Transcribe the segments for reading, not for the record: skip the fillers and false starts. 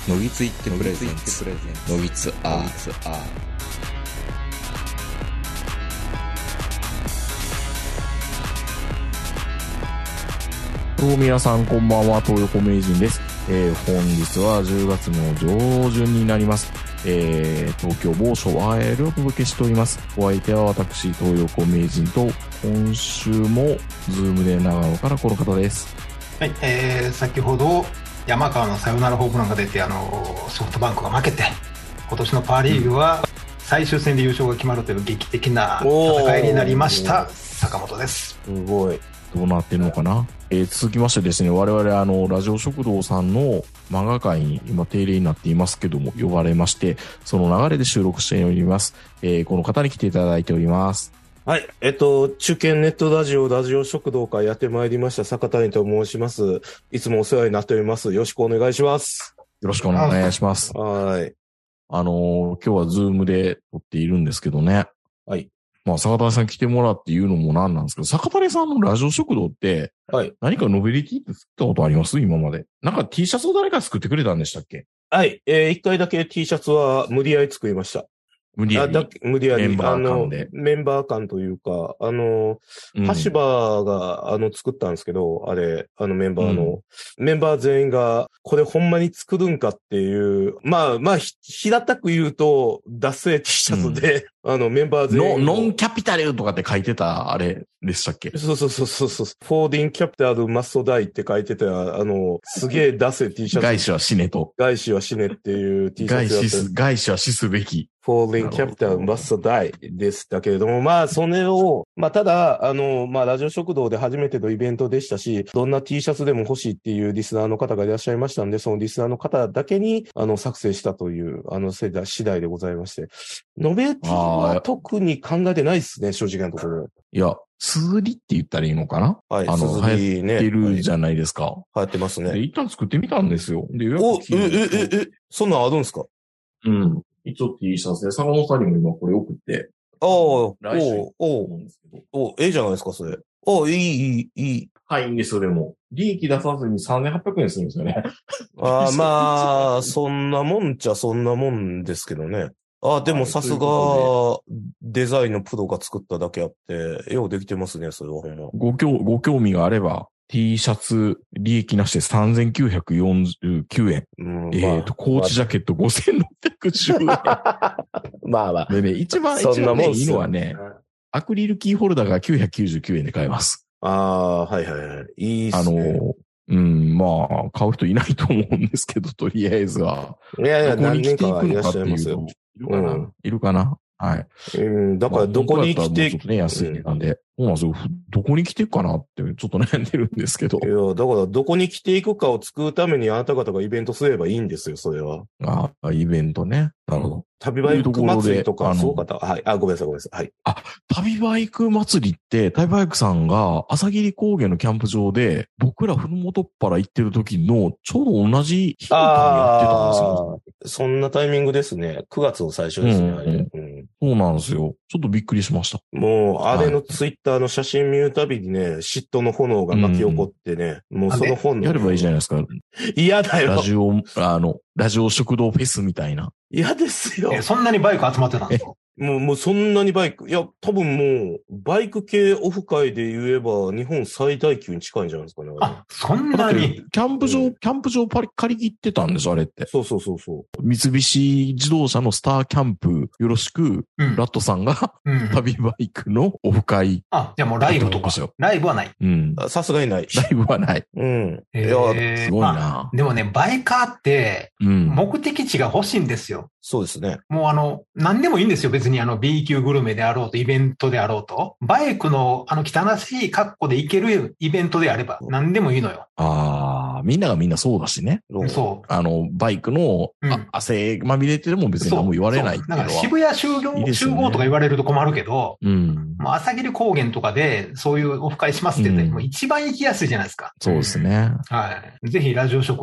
のぎついってプレゼンツのぎつアー。 皆さんこんばんは、東横名人です。本日は10月の上旬になります。東京某所ワイルをお届けしております。お相手は私、東横名人と、今週もズームで長野からこの方です。 はい、先ほど山川のサヨナラホームランが出てソフトバンクが負けて、今年のパーリーグは最終戦で優勝が決まるという劇的な戦いになりました。坂本です。 すごい。どうなってるのかな。続きましてですね、我々ラジオ食堂さんの漫画会に今定例になっていますけども、呼ばれまして、その流れで収録しております。この方に来ていただいております。 はい。中堅ネットラジオ食堂からやってまいりました坂谷と申します。いつもお世話になっております。よろしくお願いします。 よろしくお願いします。 はい。 今日はズームで撮っているんですけどね。 はい。 まあ、坂谷さん来てもらって言うのもなんなんですけど、坂谷さんのラジオ食堂って、 はい。 何かノベリティって作ったことあります今まで。なんか T シャツを誰か作ってくれたんでしたっけ？ はい。一回だけ T シャツは無理やり作りました。 無理やりメンバー感で。 メンバー感というか、橋場が、作ったんですけど、メンバー全員が、これほんまに作るんかっていう、まあ、平たく言うと、脱製 T シャツで、メンバー全員。 ノンキャピタルとかって書いてた、あれでしたっけ？ そう。フォーディンキャピタルマストダイって書いてた、すげえ脱製 T シャツ。 外資は死ねと。 外資は死ねっていう T シャツ。 外資は死すべき。 フォーディンキャピタルマストダイでしたけれども、まあ、それを、まあ、ただ、ラジオ食堂で初めてのイベントでしたし、どんな T シャツでも欲しいっていうリスナーの方がいらっしゃいましたんで、そのリスナーの方だけに、作成したという、次第でございまして。ノベルティは特に考えてないですね、正直なところ。 いや、すずりって言ったらいいのかな？ はい、 流行ってるじゃないですか。 流行ってますね。 で、一旦作ってみたんですよ。で、 そんなんあるんですか？ うん。一応 T シャツで、坂本さんにも今これ送って。来週思うんですけど。 じゃないですか、それ。いい。 はい、いいんですよ、でも。利益出さずに3800円するんですよね。 まあ、そんなもんじゃそんなもんですけどね。でもさすが、デザインのプロが作っただけあって、ようできてますね、それはほんま。 ご興味があれば、T シャツ、利益なしで3949円。コーチジャケット5610円。 まあ。 でね、一番いいのはね、アクリルキーホルダーが999円で買えます。 はい。いいっすね。 まあ、買う人いないと思うんですけど、とりあえずは。 いや、 どこに着ていくのかっていうと。 いるかなはい。 だからどこに着てちょっとね、安い値段で。そうなんですよ。どこに着ていくかなってちょっと悩んでるんですけど。 いや、だからどこに着ていくかを作るためにあなた方がイベントすればいいんですよ、それは。 イベントね。なるほど。 旅バイク祭りとか、そうかった。はい。ごめんなさい。はい。 旅バイク祭りって、旅バイクさんが朝霧高原のキャンプ場で、僕ら古本っ腹行ってる時の、ちょうど同じ日にやってたんですよ。 そんなタイミングですね。9月の最初ですね。 そうなんですよ。ちょっとびっくりしました。 もう、あれのツイッターの写真見るたびにね、嫉妬の炎が巻き起こってね、もうその炎。 やればいいじゃないですか。 嫌だよ。 ラジオ食堂フェスみたいな。 嫌ですよ。 そんなにバイク集まってたんですか？ もうそんなにバイク。いや、多分もう、バイク系オフ会で言えば、日本最大級に近いんじゃないですかね。 そんなに。 キャンプ場借り切ってたんです、あれって。 そう。 三菱自動車のスターキャンプ、よろしく、ラットさんが、旅バイクのオフ会。 じゃあもうライブとか。ライブはない。 さすがにない。 ライブはない。 いや、 すごいな。 でもね、バイカーって、目的地が欲しいんですよ。 そうですね。 もう何でもいいんですよ。別にB 級グルメであろうと、イベントであろうと。バイクの汚しい格好で行けるイベントであれば、何でもいいのよ。 みんながみんなそうだしね。 そう。 バイクの、汗まみれてでも別に何も言われないっていうのは。 なんか渋谷集合とか言われると困るけど、もう朝霧高原とかでそういうオフ会しますって言って、もう一番行きやすいじゃないですか。 そうですね。 はい。ぜひラジオ食堂で。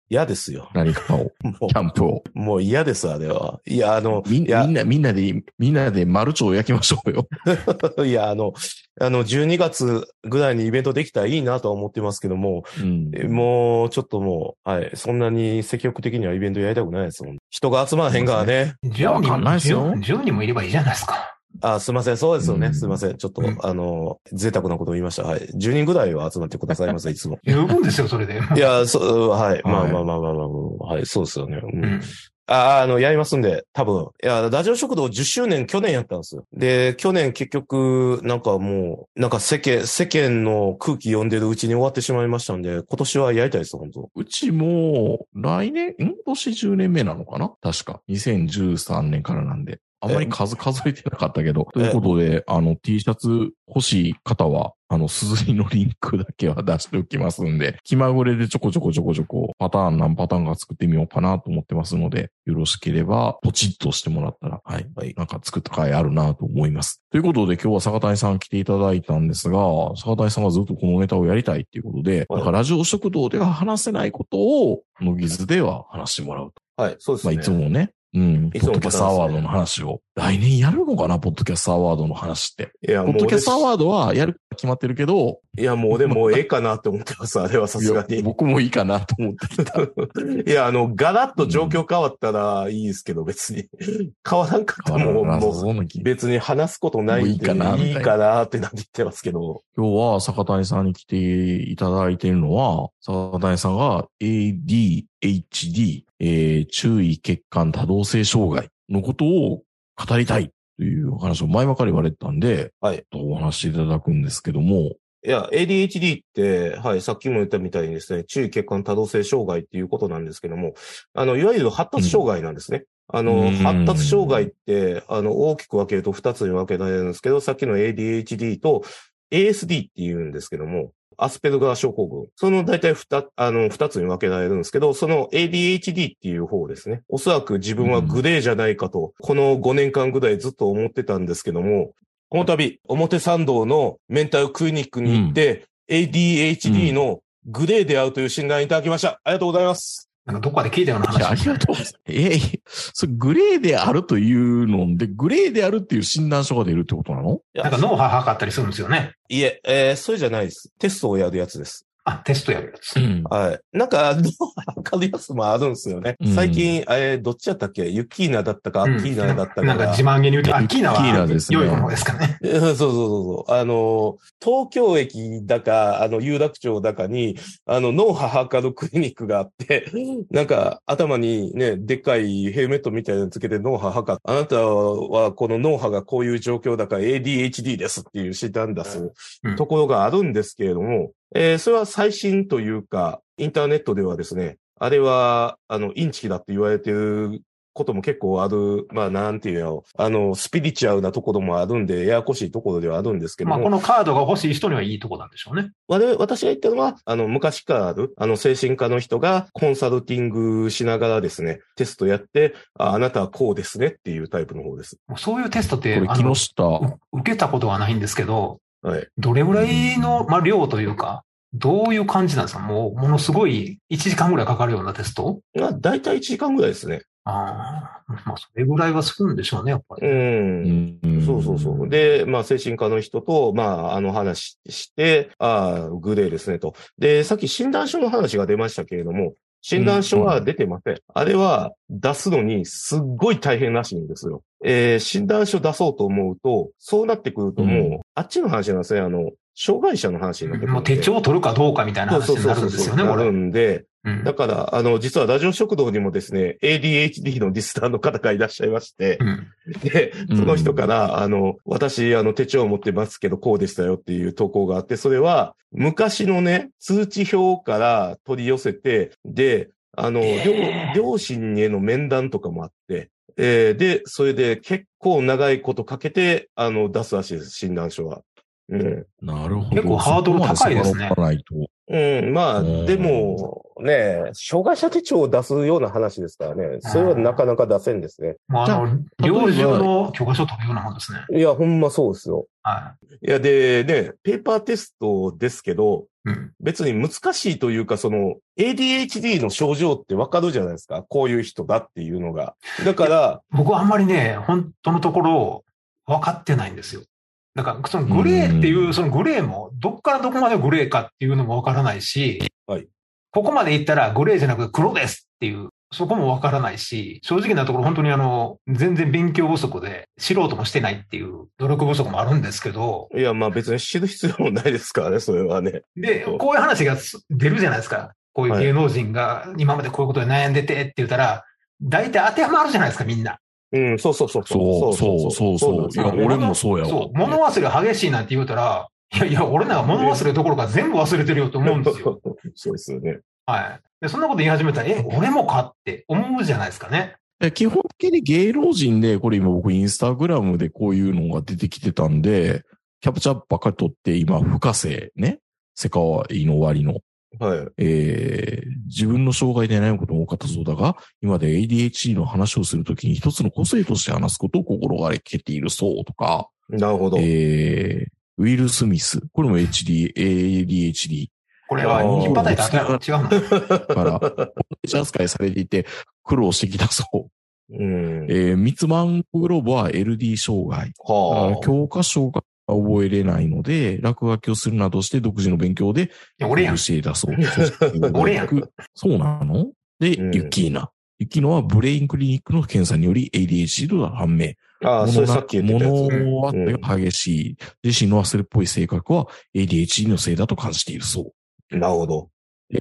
嫌ですよ。 何かを、 もキャンプを。 う、もう嫌です、あれは。いや、 みんなでマルチを焼きましょうよ。 いや、12月ぐらいにイベントできたらいいなとは思ってますけども、もう、ちょっともう、はい、そんなに積極的にはイベントやりたくないですもん。人が集まらへんからね。 わかんないですよ。 10人もいればいいじゃないですか。 すいません、そうですよね。すいません。ちょっと、贅沢なことを言いました。はい。10人ぐらいは集まってくださいませ、いつも。 十分ですよ、それで。 いや、はい。まあ、はい、そうですよね。やりますんで、多分。いや、ラジオ食堂10周年去年やったんですよ。で、去年結局、なんかもう、なんか世間の空気読んでるうちに終わってしまいましたんで、今年はやりたいです、本当。 うちも、今年10年目なのかな確か。2013年からなんで。あんまり数えてなかったけど。ということで、T シャツ欲しい方は、すずりのリンクだけは出しておきますんで、気まぐれでちょこちょこ、何パターンか作ってみようかなと思ってますので、よろしければ、ポチッとしてもらったら、はい、なんか作った甲斐あるなと思います。ということで、今日は坂谷さん来ていただいたんですが、坂谷さんがずっとこのネタをやりたいっていうことで、なんかラジオ食堂では話せないことを、ノギズでは話してもらうと。 はい、そうですね。 いつもね。ポッドキャストアワードの話を。来年やるのかな、ポッドキャストアワードの話って。 いや、 ポッドキャストアワードはやるか決まってるけど。 いや、もうええかなって思ってます。あれはさすがに。 僕もいいかなと思ってた。 いや、ガラッと状況変わったらいいですけど、別に。変わらんかったらもう別に話すことないんで、いいかなってなって言ってますけど。 今日は坂谷さんに来ていただいているのは、坂谷さんが ADHD、注意欠陥多動性障害のことを語りたいという話を前々から言われてたんで、 はい。 お話しいただくんですけども。 いや、ADHD って、はい、さっきも言ったみたいにですね、注意欠陥多動性障害っていうことなんですけども、いわゆる発達障害なんですね。発達障害って、大きく分けると2つに分けられるんですけど、さっきの ADHD と ASD って言うんですけども、アスペルガー症候群。その大体二つに分けられるんですけど、その ADHD っていう方ですね。おそらく自分はグレーじゃないかと、この5年間ぐらいずっと思ってたんですけども、この度、表参道のメンタルクリニックに行って、ADHD のグレーであるという診断いただきました。ありがとうございます。 なんかどこかで聞いたような話。 ありがとうございます。それグレーであるというので、グレーであるっていう診断書が出るってことなの？ なんか脳波測ったりするんですよね。 いえ、それじゃないです。テストをやるやつです。 テストやるやつ。 はい。なんか、測るやつもあるんですよね。最近、どっちやったっけ？ユッキーナだったか、アッキーナだったか。 なんか自慢げに言うと、アッキーナは良いものですかね。 そう。東京駅だか、有楽町だかに、脳波測るクリニックがあって、なんか、頭にね、でっかいヘルメットみたいなのつけて脳波測る。あなたはこの脳波がこういう状況だから ADHD ですっていう診断出すところがあるんですけれども、それは最新というか、インターネットではですね、あれは、インチキだって言われてることも結構ある、まあ、なんていうの、スピリチュアルなところもあるんで、ややこしいところではあるんですけども。 まあ、このカードが欲しい人にはいいとこなんでしょうね。 私が言ってるのは、昔からある、精神科の人がコンサルティングしながらですね、テストやって、あなたはこうですねっていうタイプの方です。 そういうテストって、 これ木下受けたことはないんですけど、 はい。 どれぐらいの、まあ、量というか、どういう感じなんですか？ものすごい1時間ぐらいかかるようなテスト？ だいたい1時間ぐらいですね。 まあ、それぐらいはするんでしょうね、やっぱり。 そう。で、まあ、精神科の人と、まあ、話して、グレーですねと。で、さっき診断書の話が出ましたけれども、診断書は出てません。あれは出すのにすっごい大変らしいんですよ。診断書出そうと思うと、そうなってくるともう、あっちの話なんですね。障害者の話になってくる。 もう手帳を取るかどうかみたいな話になるんですよね、 なるんで、だから、実はラジオ食堂にもですね、ADHD のリスナーの方がいらっしゃいまして、で、その人から、私、手帳を持ってますけど、こうでしたよっていう投稿があって、それは、昔のね、通知表から取り寄せて、で、両親への面談とかもあって、で、それで結構長いことかけて、出すらしいです、診断書は。 なるほど。 結構ハードル高いですね。 まあ、でも、ね、障害者手帳を出すような話ですからね。それはなかなか出せんですね。 領事用の教科書を取るようなもんですね。 いや、ほんまそうですよ。 はい。 いや、で、ね、ペーパーテストですけど、 別に難しいというか、その ADHD の症状ってわかるじゃないですか。こういう人だっていうのが。だから、 僕はあんまりね、本当のところ分かってないんですよ。だから、そのグレーっていう、そのグレーも、どっからどこまでグレーかっていうのも分からないし、 はい。 ここまで行ったらグレーじゃなくて黒ですっていう、そこも分からないし、正直なところ本当に全然勉強不足で、素人もしてないっていう努力不足もあるんですけど。 いや、まあ別に知る必要もないですからね、それはね。 で、こういう話が出るじゃないですか。こういう芸能人が今までこういうことで悩んでてって言ったら、大体当てはまるじゃないですか、みんな。 うん、そう。 そう。いや、俺もそうやわ。 そう、物忘れ激しいなんて言うたら、いや、俺なんか物忘れどころか全部忘れてるよと思うんですよ。 そうですよね。 はい。で、そんなこと言い始めたら、俺もかって思うじゃないですかね。 基本的に芸能人で、これ今僕インスタグラムでこういうのが出てきてたんで、キャプチャーばっかり撮って今、深瀬ね、世界の終わりの。 はい。 自分の障害で悩むことも多かったそうだが、今で ADHD の話をするときに一つの個性として話すことを心がけているそうとか。 なるほど。 ウィル・スミス。これも ADHD。 これは引っ張ったら違うのだから、同じ扱いされていて苦労してきたそう。ミツマングローブは LD 障害。教科書が覚えれないので、落書きをするなどして独自の勉強で、 俺やん。 教えたそう。 俺やん。 そうなので、ユキーナ。ユキーナはブレインクリニックの検査により ADHD と判明。 それさっき言ってたやつ。 物忘れが激しい。自身の忘れっぽい性格は ADHD のせいだと感じているそう。 なるほど。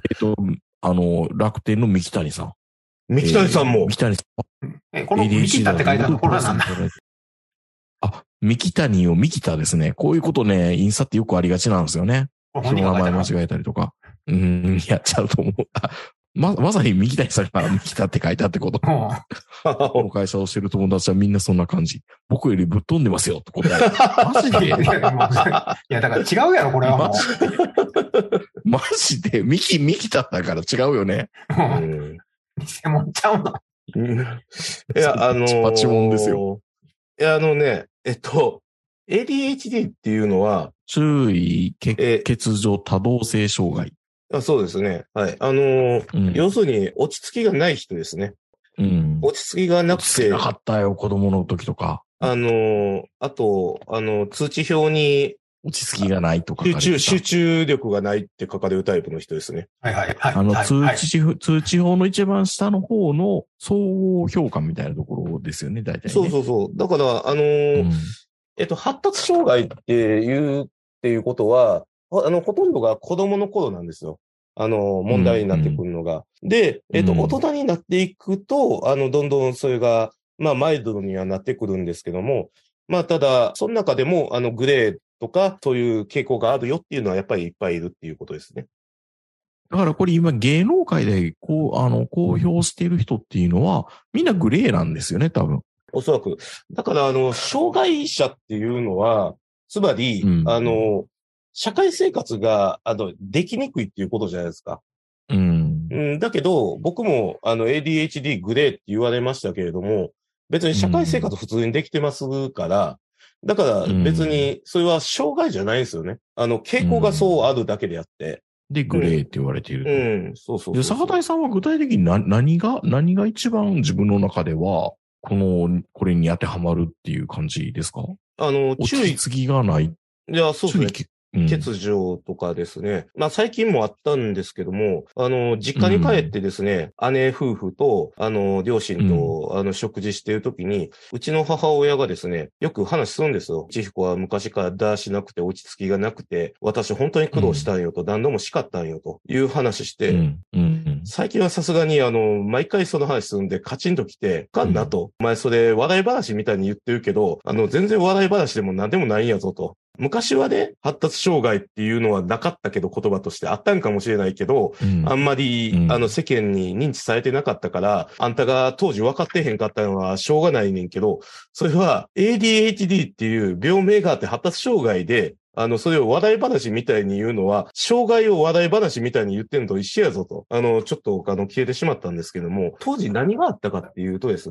楽天の三木谷さん。 三木谷さんも。 三木谷さん。 この三木田って書いてあるのこれは何だ？ 三木谷を三木田ですね。こういうことね、インスタってよくありがちなんですよね。人の名前間違えたりとか。やっちゃうと思う。まさに三木谷さんから三木田って書いたってこと。この会社をしてる友達はみんなそんな感じ。僕よりぶっ飛んでますよってこと。マジでいや、 だから違うやろ、これはもう。 マジで三木田だから違うよね。 偽物ちゃうの。 いや、パチモンですよ。 いや、ADHD っていうのは、 注意欠如多動性障害。 そうですね。はい。要するに、落ち着きがない人ですね。落ち着きがなくて。 落ち着きなかったよ、子供の時とか。 あと、通知表に、 落ち着きがないとか。 集中力がないって書かれるタイプの人ですね。 はい。 通知表の一番下の方の総合評価みたいなところですよね、大体、ね。 そう。だから、発達障害っていうことは、ほとんどが子供の頃なんですよ。問題になってくるのが。で、大人になっていくと、どんどんそれが、マイルドにはなってくるんですけども、ただ、その中でも、グレーとか、そういう傾向があるよっていうのは、やっぱりいっぱいいるっていうことですね。 だからこれ今芸能界で公表している人っていうのは、みんなグレーなんですよね、多分。 おそらく。だから、障害者っていうのは、つまり、社会生活が、できにくいっていうことじゃないですか。だけど、僕も、ADHD グレーって言われましたけれども、別に社会生活普通にできてますから、だから別に、それは障害じゃないんですよね。傾向がそうあるだけであって。 で、グレーって言われている。 そう。 で、坂谷さんは具体的に何が一番自分の中では、これに当てはまるっていう感じですか？落ち着きがない。 いや、そうですね。欠如とかですね。最近もあったんですけども、実家に帰ってですね、姉夫婦と、両親と、食事しているときに、うちの母親がですね、よく話するんですよ。千彦は昔からだらしなくて落ち着きがなくて、私本当に苦労したんよと、何度も叱ったんよという話して、最近はさすがに、毎回その話するんで、カチンと来て、かんなと。お前それ笑い話みたいに言ってるけど、全然笑い話でも何でもないんやぞと。昔はね、発達障害っていうのはなかったけど言葉としてあったんかもしれないけど、あんまり、世間に認知されてなかったから、あんたが当時分かってへんかったのはしょうがないねんけど、それは ADHD っていう病名があって発達障害で、それを笑い話みたいに言うのは、障害を笑い話みたいに言ってんのと一緒やぞと、ちょっと消えてしまったんですけども、当時何があったかっていうとですね、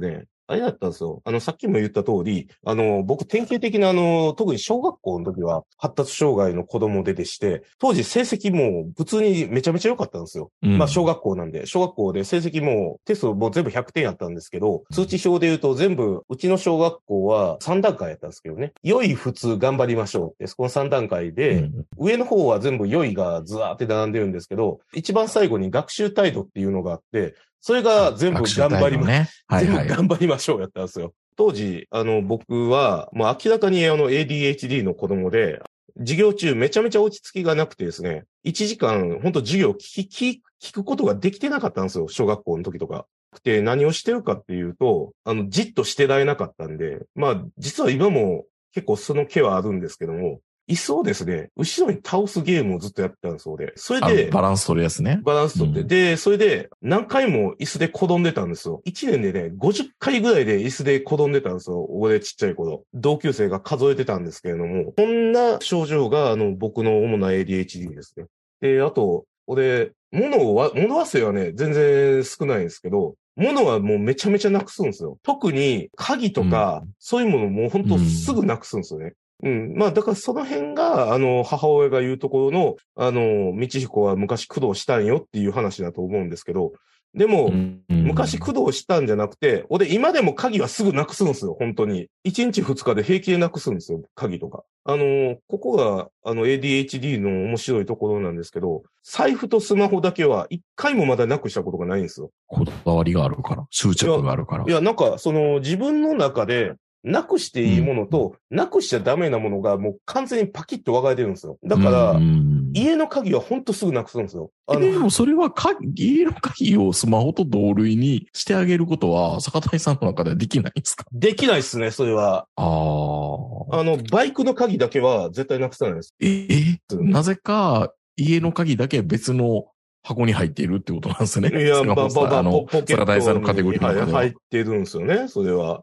あれだったんですよ。さっきも言った通り、僕典型的な特に小学校の時は発達障害の子供でして、当時成績も普通にめちゃめちゃ良かったんですよ。まあ小学校なんで、小学校で成績もテストも全部100点やったんですけど、通知表で言うと全部、うちの小学校は3段階やったんですけどね。良い、普通、頑張りましょうって、この3段階で、上の方は全部良いがずーって並んでるんですけど、一番最後に学習態度っていうのがあって、それが全部頑張りま、 ね、はいはい、 全部頑張りましょうやったんですよ。当時、僕は、もう明らかにADHD の子供で、授業中めちゃめちゃ落ち着きがなくてですね、1時間、本当授業聞くことができてなかったんですよ、小学校の時とか。で、何をしてるかっていうと、じっとしてられなかったんで、まあ、実は今も結構その気はあるんですけども、椅子をですね、後ろに倒すゲームをずっとやってたんそうで。それで、 バランス取るやつね。 バランス取って。で、それで、何回も椅子で転んでたんですよ。1年でね、50回ぐらいで椅子で転んでたんですよ。俺ちっちゃい頃。同級生が数えてたんですけれども、こんな症状が、僕の主な ADHD ですね。で、あと、俺、物忘れはね、全然少ないんですけど、物はもうめちゃめちゃなくすんですよ。特に鍵とか、そういうものも本当すぐなくすんですよね。まあ、だからその辺が、母親が言うところの、道彦は昔苦労したんよっていう話だと思うんですけど、でも、昔苦労したんじゃなくて、俺今でも鍵はすぐなくすんですよ、本当に。1日2日で平気でなくすんですよ、鍵とか。ここが、ADHD の面白いところなんですけど、財布とスマホだけは1回もまだなくしたことがないんですよ。 こだわりがあるから、執着があるから。 いや、なんか、自分の中で、なくしていいものと、なくしちゃダメなものがもう完全にパキッと分かれてるんですよ。だから、家の鍵はほんとすぐなくすんですよ。 でもそれは家の鍵をスマホと同類にしてあげることは、坂谷さんの中ではできないんですか？ できないですね、それは。バイクの鍵だけは絶対なくさないです。 なぜか、家の鍵だけ別の箱に入っているってことなんですね。 いや、ポケットにさんのカテゴリーの中で入ってるんですよね、それは。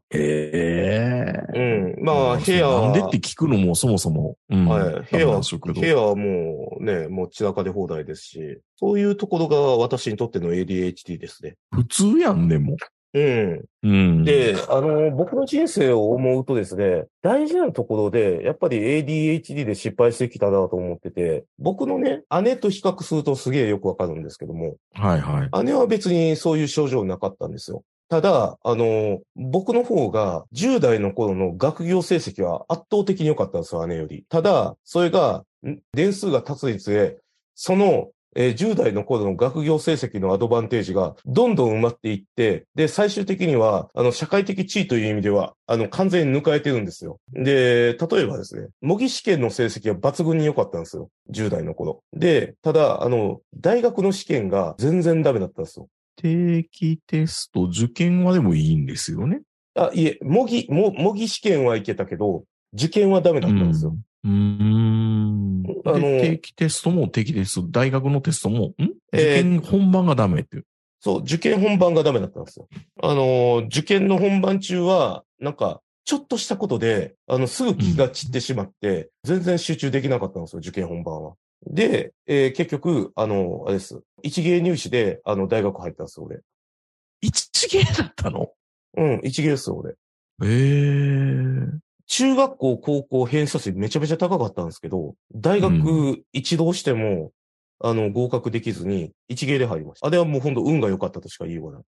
まあ、部屋なんでって聞くのもそもそも。 はい。部屋はもうね、もう散らかり放題ですし、そういうところが私にとっての ADHD ですね。 普通やん、でも。 で、僕の人生を思うとですね、大事なところで、やっぱり ADHD で失敗してきたなと思ってて、僕のね、姉と比較するとすげえよくわかるんですけども、 はいはい。 姉は別にそういう症状なかったんですよ。ただ、僕の方が10代の頃の学業成績は圧倒的に良かったんですよ、姉より。ただ、それが、年数が経つにつれ、その、10代の頃の学業成績のアドバンテージがどんどん埋まっていって、で、最終的には、社会的地位という意味では、完全に抜かれてるんですよ。で、例えばですね、模擬試験の成績は抜群に良かったんですよ。10代の頃。で、ただ、大学の試験が全然ダメだったんですよ。 定期テスト、受験はでもいいんですよね。 いえ、模擬試験はいけたけど、受験はダメだったんですよ。 定期テストも定期テスト、大学のテストも、受験本番がダメっていう。 そう、受験本番がダメだったんですよ。受験の本番中は、なんか、ちょっとしたことで、すぐ気が散ってしまって、全然集中できなかったんですよ、受験本番は。で、結局、あれです。一芸入試で、大学入ったんですよ、俺。 一芸だったの？ 一芸ですよ、俺。中学校、高校、偏差値めちゃめちゃ高かったんですけど、大学一浪しても、合格できずに、一芸で入りました。あれはもうほんと運が良かったとしか言いようがない。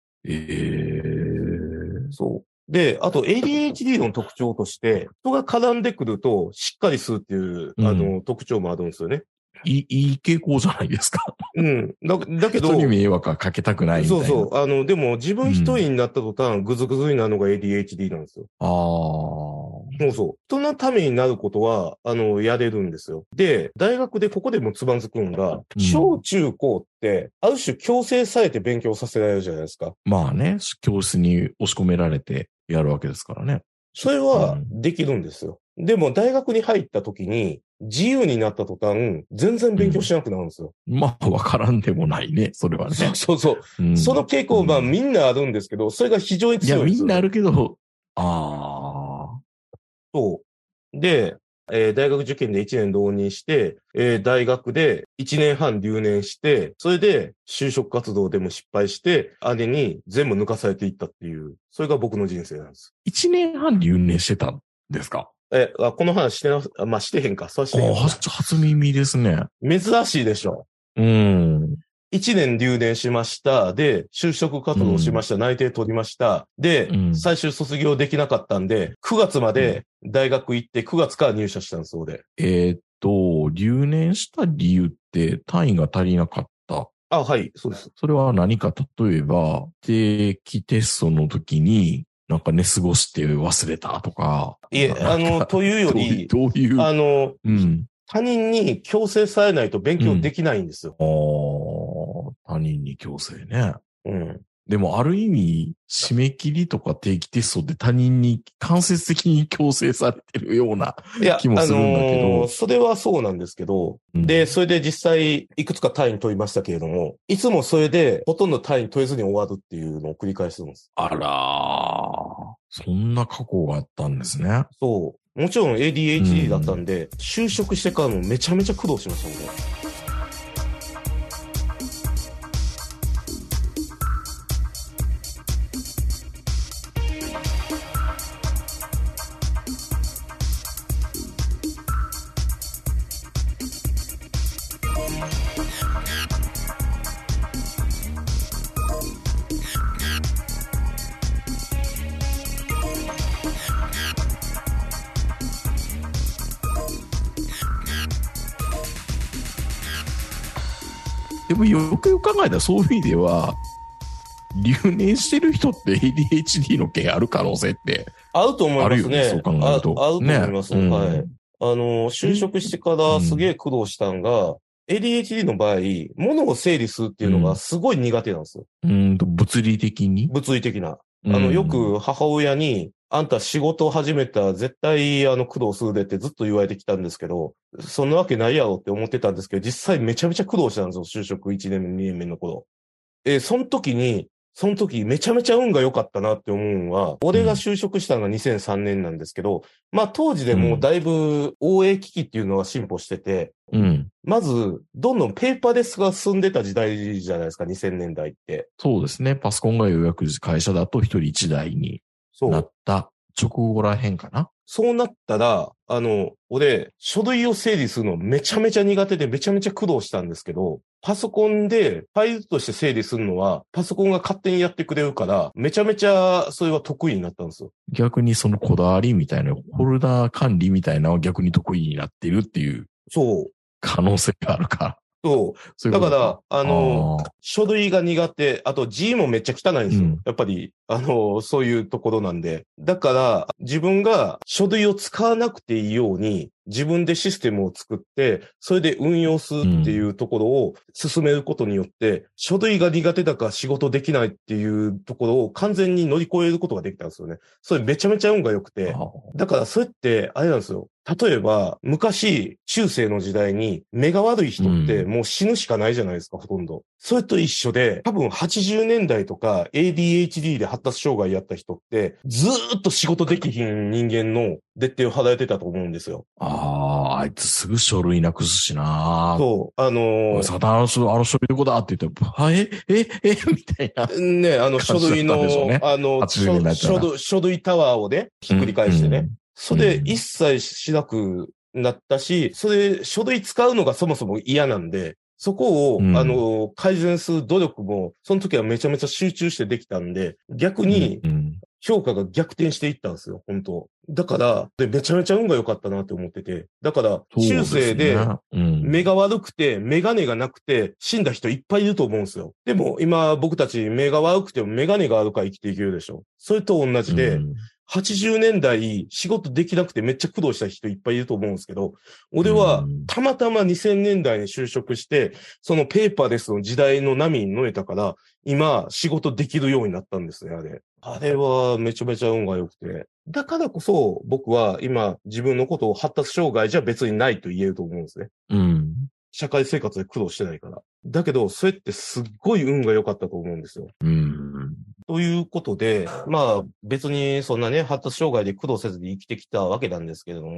そう。で、あと ADHD の特徴として、人が絡んでくると、しっかりするっていう、特徴もあるんですよね。 いい傾向じゃないですか。 だけど。 人に迷惑はかけたくないみたいな。 そうそう。でも自分一人になった途端、ぐずぐずになるのが ADHD なんですよ。そうそう。人のためになることは、やれるんですよ。で、大学でここでもつまずくんが、小中高って、ある種強制されて勉強させられるじゃないですか。 まあね、教室に押し込められてやるわけですからね。 それはできるんですよ。でも大学に入った時に、自由になった途端、全然勉強しなくなるんですよ。 まあ、わからんでもないね、それはね。 そう。その傾向、まあみんなあるんですけど、それが非常に強いんですよ。 いや、みんなあるけど、 そう。で、 大学受験で1年浪人して、大学で1年半留年して、それで就職活動でも失敗して、姉に全部抜かされていったっていう、それが僕の人生なんです。 1年半留年してたんですか？ この話してな、まあ、してへんか。そうしてへんか。 初耳ですね。 珍しいでしょ。1年留年しました。で、就職活動しました。内定取りました。で、最終卒業できなかったんで、9月まで大学行って9月から入社したんです、そうで。 留年した理由って単位が足りなかった。 はい、そうです。 それは何か、例えば、定期テストの時に、なんか寝過ごして忘れたとか。 いえ、というより、 どういう、 他人に強制されないと勉強できないんですよ。 他人に強制ね。でもある意味、締め切りとか定期テストって他人に間接的に強制されてるような気もするんだけど。 それはそうなんですけど、で、それで実際いくつか単位取りましたけれども、いつもそれでほとんど単位取れずに終わるっていうのを繰り返してます。 あらー、そんな過去があったんですね。 そう。もちろん ADHD だったんで、就職してからもめちゃめちゃ苦労しましたもんね。 でもよくよく考えたらそういう意味では、留年してる人って ADHD の件ある可能性ってあると思いますね。 そう考えると。 あると思います。はい。就職してからすげえ苦労したんが、ADHD の場合、物を整理するっていうのがすごい苦手なんですよ。 物理的に？ 物理的な。よく母親に、あんた仕事を始めたら絶対苦労するでってずっと言われてきたんですけど、そんなわけないやろって思ってたんですけど、実際めちゃめちゃ苦労したんですよ、就職1年目、2年目の頃。その時めちゃめちゃ運が良かったなって思うのは、俺が就職したのが2003年なんですけど、まあ当時でもうだいぶ OA 機器っていうのが進歩してて、まず、どんどんペーパーレスが進んでた時代じゃないですか、2000年代って。 そうですね。パソコンがようやく会社だと一人一台になった直後らへんかな。 そうなったら、俺、書類を整理するのめちゃめちゃ苦手でめちゃめちゃ苦労したんですけど、パソコンでファイルとして整理するのは、パソコンが勝手にやってくれるから、めちゃめちゃそれは得意になったんですよ。逆にそのこだわりみたいな、ホルダー管理みたいなのは逆に得意になっているっていう。 そう。 可能性があるか。 そう。だから、書類が苦手、あと字もめっちゃ汚いんですよ。やっぱり、そういうところなんで。だから、自分が書類を使わなくていいように、自分でシステムを作って、それで運用するっていうところを進めることによって、書類が苦手だから仕事できないっていうところを完全に乗り越えることができたんですよね。それめちゃめちゃ運が良くて。だから、それって、あれなんですよ。例えば、昔、中世の時代に目が悪い人ってもう死ぬしかないじゃないですか、ほとんど。それと一緒で、多分80年代とか ADHD で発達障害やった人って、ずーっと仕事できひん人間のレッテルを貼られてたと思うんですよ。 あいつすぐ書類なくすしな。 そう、 あの書類どこだって言って、みたいな。 ね、書類の、書類タワーをね、ひっくり返してね。それ一切しなくなったし、それ書類使うのがそもそも嫌なんで、そこを、改善する努力も、その時はめちゃめちゃ集中してできたんで、逆に、評価が逆転していったんですよ、本当。だから、めちゃめちゃ運が良かったなって思ってて。だから、中世で、目が悪くて、メガネがなくて、死んだ人いっぱいいると思うんですよ。でも、今、僕たち目が悪くてもメガネがあるから生きていけるでしょ。それと同じで、80年代仕事できなくてめっちゃ苦労した人いっぱいいると思うんですけど、俺はたまたま2000年代に就職して、そのペーパーレスの時代の波に乗れたから、今仕事できるようになったんですね、あれ。あれはめちゃめちゃ運が良くて。だからこそ僕は今自分のことを発達障害じゃ別にないと言えると思うんですね。社会生活で苦労してないから。だけど、それってすっごい運が良かったと思うんですよ。ということで、まあ別にそんなね、発達障害で苦労せずに生きてきたわけなんですけれども、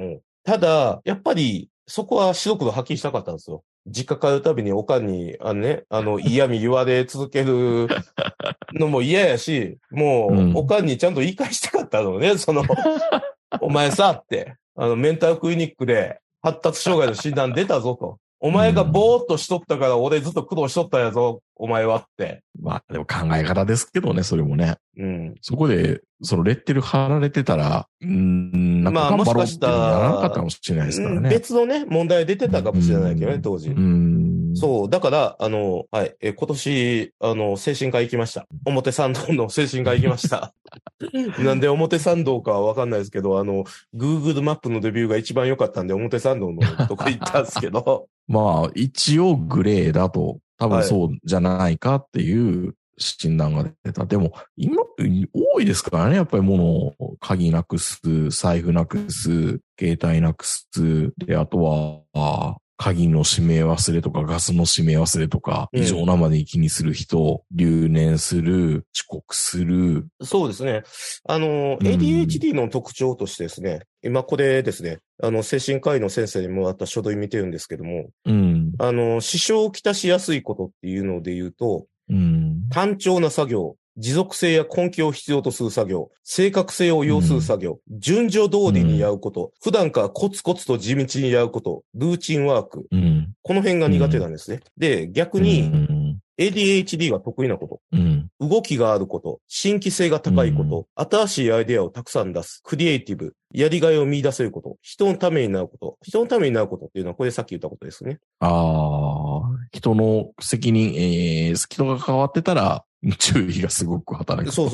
ただ、やっぱり、そこは白黒はっきりしたかったんですよ。実家帰るたびにおかんに、嫌味言われ続けるのも嫌やし、もう、おかんにちゃんと言い返したかったのね、お前さって、メンタルクリニックで発達障害の診断出たぞと。お前がぼーっとしとったから俺ずっと苦労しとったやぞ、お前はって。 まあでも考え方ですけどね、それもね。 うん。 そこで、レッテル貼られてたら、なんか頑張ろうってならなかったかもしれないですからね。 別のね、問題出てたかもしれないけどね、当時。そう、だから、はい、今年、精神科行きました。表参道の精神科行きました。なんで表参道かはわかんないですけど、Google マップのレビューが一番良かったんで、表参道のとこ行ったんですけど。 まあ、一応グレーだと、多分そうじゃないかっていう診断が出た。でも、今、多いですからね、やっぱり物を、鍵なくす、財布なくす、携帯なくす、で、あとは、鍵の閉め忘れとかガスの閉め忘れとか、異常なまでに気にする人、留年する、遅刻する。 そうですね。ADHD の特徴としてですね、今これですね、精神科医の先生にもらった書類見てるんですけども、支障をきたしやすいことっていうので言うと、単調な作業、持続性や根気を必要とする作業、正確性を要する作業、順序通りにやること、普段からコツコツと地道にやること、ルーチンワーク、この辺が苦手なんですね。で、逆に、ADHD が得意なこと、動きがあること、新規性が高いこと、新しいアイデアをたくさん出す、クリエイティブ、やりがいを見出せること、人のためになること、人のためになることっていうのはこれさっき言ったことですね。 人の責任、人が関わってたら、注意がすごく働く。 そう。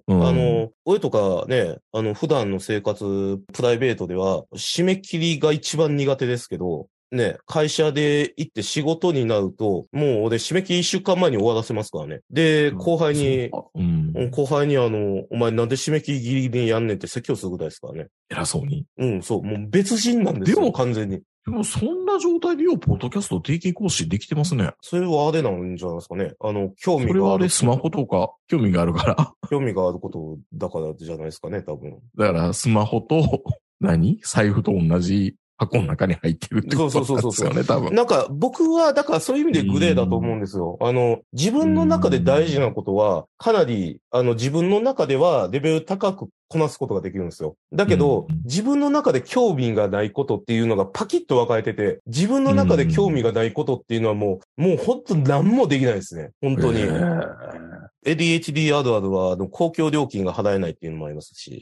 俺とかね、普段の生活、プライベートでは、締め切りが一番苦手ですけど、ね、会社で行って仕事になると、もう俺締め切り1週間前に終わらせますからね。で、後輩にお前なんで締め切りギリギリにやんねんって説教するぐらいですからね。 偉そうに。 そう、もう別人なんですよ。でも完全に。 でもそんな状態でポッドキャスト定期更新できてますね。 それはあれなんじゃないですかね。興味がある。 それはあれスマホとか興味があるから。 興味があることだからじゃないですかね、多分。 だからスマホと財布と同じ箱の中に入ってるってことなんですよね、多分。 なんか僕はだからそういう意味でグレーだと思うんですよ。自分の中で大事なことはかなり自分の中ではレベル高くこなすことができるんですよ。だけど、自分の中で興味がないことっていうのがパキッと分かれてて、自分の中で興味がないことっていうのはもう本当何もできないですね。本当に。ADHD あるあるは公共料金が払えないっていうのもありますし。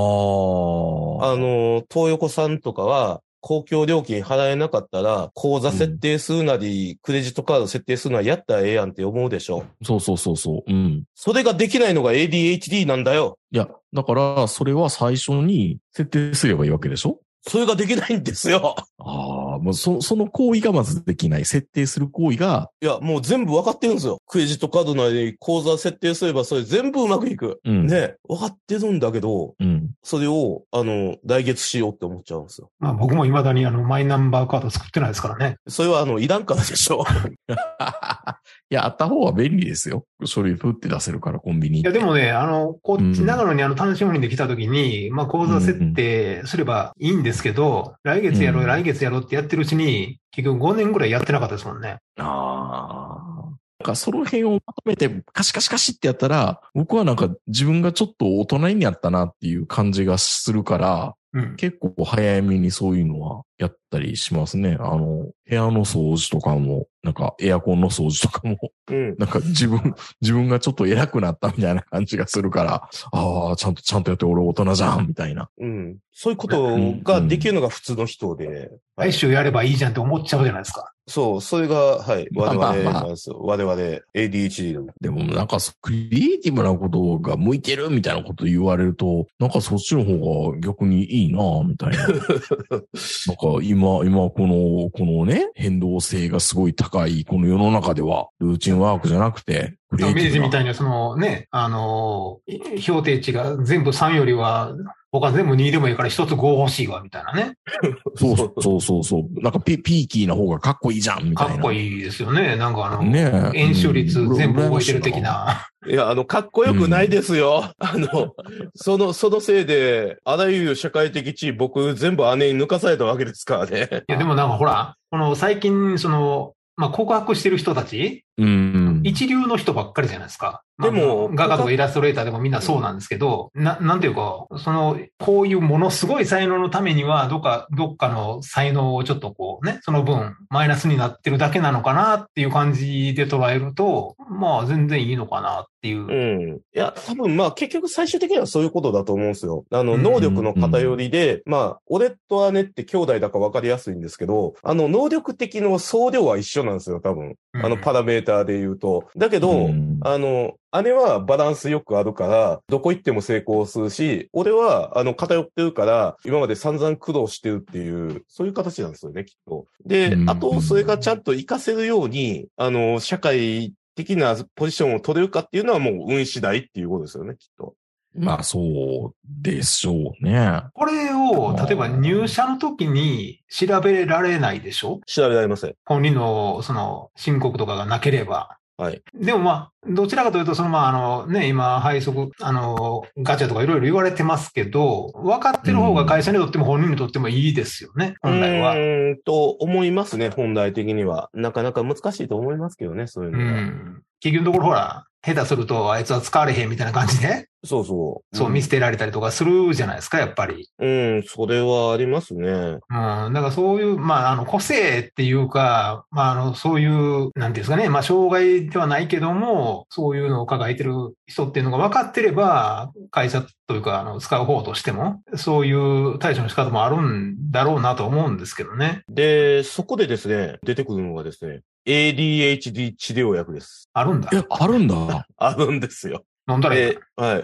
東横さんとかは、公共料金払えなかったら、口座設定するなり、クレジットカード設定するのはやったらええやんって思うでしょ。 そう。 それができないのが ADHD なんだよ。 いや、だから、それは最初に設定すればいいわけでしょ？ それができないんですよ。 もうその行為がまずできない。設定する行為が。 いや、もう全部分かってるんですよ。クレジットカードなり、口座設定すればそれ全部うまくいく。ね。分かってるんだけど、それを、来月しようって思っちゃうんですよ。 まあ僕も未だにマイナンバーカード作ってないですからね。 それはいらんからでしょ。 いや、あった方が便利ですよ。書類プって出せるから、コンビニ。 いや、でもね、こっち長野に単身赴任で来た時に、まあ、口座設定すればいいんですけど、来月やろうってやってるうちに、結局5年ぐらいやってなかったですもんね。 なんかその辺をまとめてカシカシってやったら、僕はなんか自分がちょっと大人になったなっていう感じがするから、結構早めにそういうのはやったりしますね。部屋の掃除とかも、なんかエアコンの掃除とかも、なんか自分がちょっと偉くなったみたいな感じがするから、ちゃんとやって俺大人じゃんみたいな。 そういうことができるのが普通の人で。 来週やればいいじゃんって思っちゃうじゃないですか。 そう、それが、はい、我々 ADHD の。 でもなんかクリエイティブなことが向いてるみたいなこと言われると、なんかそっちの方が逆にいいなみたいな。なんか今このね、変動性がすごい高いこの世の中では、ルーチンワークじゃなくて、 明治みたいにそのね、評定値が全部3よりは、他全部2でもいいから1つ5欲しいわ、みたいなね。 そう。なんかピーキーな方がかっこいいじゃん、みたいな。 かっこいいですよね。なんかね円周率全部動いてる的な。 いや、かっこよくないですよ。そのせいで、あらゆる社会的地位、僕全部姉に抜かされたわけですからね。 いや、でもなんかほら、最近、告白してる人たち、一流の人ばっかりじゃないですか。 でも、 画家とかイラストレーターでもみんなそうなんですけど、なんていうか、こういうものすごい才能のためには、どっかの才能をちょっとこうね、その分マイナスになってるだけなのかなっていう感じで捉えると、まあ全然いいのかなっていう。 いや、多分結局最終的にはそういうことだと思うんですよ。能力の偏りで、俺と姉って兄弟だから分かりやすいんですけど、能力的の総量は一緒なんですよ、多分。パラメーターで言うと。だけど、姉はバランスよくあるから、どこ行っても成功するし、俺は、偏ってるから、今まで散々苦労してるっていう、そういう形なんですよね、きっと。で、あと、それがちゃんと活かせるように、社会的なポジションを取れるかっていうのはもう運次第っていうことですよね、きっと。 まあ、そうでしょうね。 これを、例えば入社の時に調べられないでしょ？ 調べられません。 本人の、申告とかがなければ。 はい。 でもどちらかというと、今、配属、ガチャとかいろいろ言われてますけど、分かってる方が会社にとっても本人にとってもいいですよね、本来は。 と思いますね、本来的には。なかなか難しいと思いますけどね、そういうのは。 結局のところほら、下手するとあいつは使われへんみたいな感じで。そう見捨てられたりとかするじゃないですか、やっぱり。 それはありますね。 だからそういう、個性っていうか、そういう、なんていうんですかね、障害ではないけども、そういうのを抱えてる人っていうのが分かってれば、会社というか、使う方としても、そういう対処の仕方もあるんだろうなと思うんですけどね。 で、そこでですね、出てくるのがですね、ADHD 治療薬です。 あるんだ。 あるんだ。 あるんですよ。 飲んだらいい。 はい。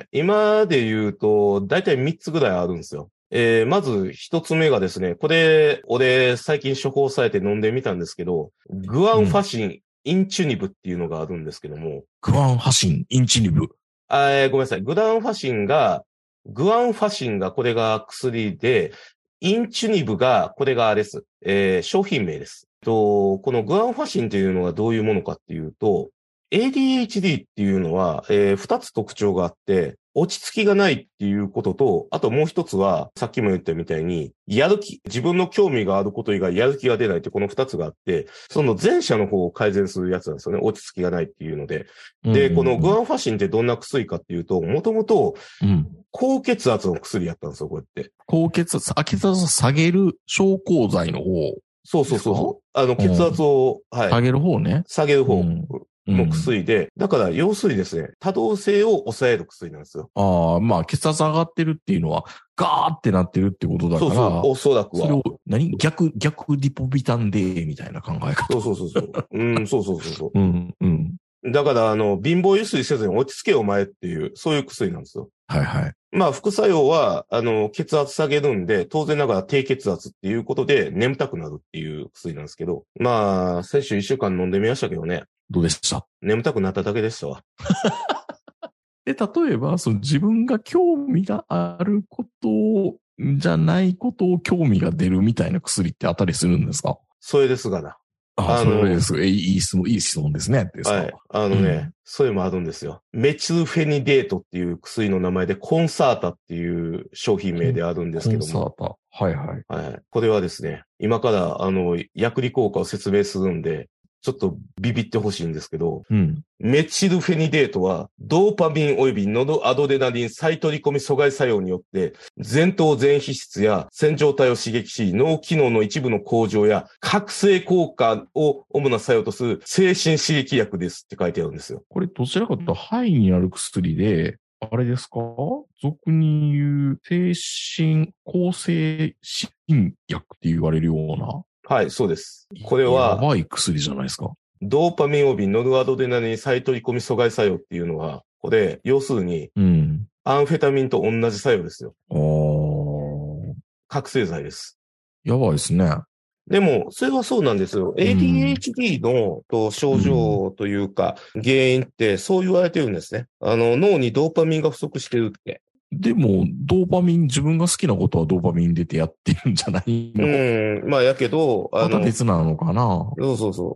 今で言うと、だいたい3つぐらいあるんですよ。まず1つ目がですね、これ、俺最近処方されて飲んでみたんですけど、グアンファシン、インチュニブっていうのがあるんですけども。 グアンファシン、インチュニブ。 ごめんなさい。グアンファシンがこれが薬で、インチュニブが、これがあれです。商品名です。このグアンファシンというのはどういうものかっていうと、ADHD っていうのは、2つ特徴があって、落ち着きがないっていうことと、あともう一つは、さっきも言ったみたいに、自分の興味があること以外やる気が出ないってこの2つがあって、その前者の方を改善するやつなんですよね。落ち着きがないっていうので。で、このグアンファシンってどんな薬かっていうと、もともと、高血圧の薬やったんですよ、こうやって。 高血圧を下げる消耗剤の方。 そう。血圧を、 下げる方ね。 下げる方。の薬で、だから要するにですね、多動性を抑える薬なんですよ。 血圧上がってるっていうのは、ガーってなってるってことだから、 おそらくは。 それを、逆リポビタンデーみたいな考え方。 そう。だから、貧乏ゆすりせずに落ち着けお前っていう、そういう薬なんですよ。 はいはい。 副作用は、血圧下げるんで、当然ながら低血圧っていうことで眠たくなるっていう薬なんですけど、先週1週間飲んでみましたけどね。 どうでした？ 眠たくなっただけでしたわ。 例えば、自分が興味があることじゃないことを興味が出るみたいな薬ってあったりするんですか？ それですがな。 それです。いい質問ですね。 はい。それもあるんですよ。メチルフェニデートっていう薬の名前でコンサータっていう商品名であるんですけども。 コンサータ。はい。 これはですね、今から薬理効果を説明するんで、ちょっとビビってほしいんですけど、メチルフェニデートはドーパミン及びノドアドレナリン再取り込み阻害作用によって前頭前皮質や線状体を刺激し脳機能の一部の向上や覚醒効果を主な作用とする精神刺激薬ですって書いてあるんですよ。 これどちらかというと肺にある薬で、あれですか？俗に言う抗精神薬って言われるような。 はい、そうです。これは、 やばい薬じゃないですか。 ドーパミン及びノルアドレナリン再取り込み阻害作用っていうのは、これ、要するに、アンフェタミンと同じ作用ですよ。覚醒剤です。 やばいですね。 でも、それはそうなんですよ。ADHD の症状というか、原因ってそう言われてるんですね。脳にドーパミンが不足してるって。 でも、自分が好きなことはドーパミン出てやってるんじゃないの？ まあ、やけど、 また別なのかな？ そう。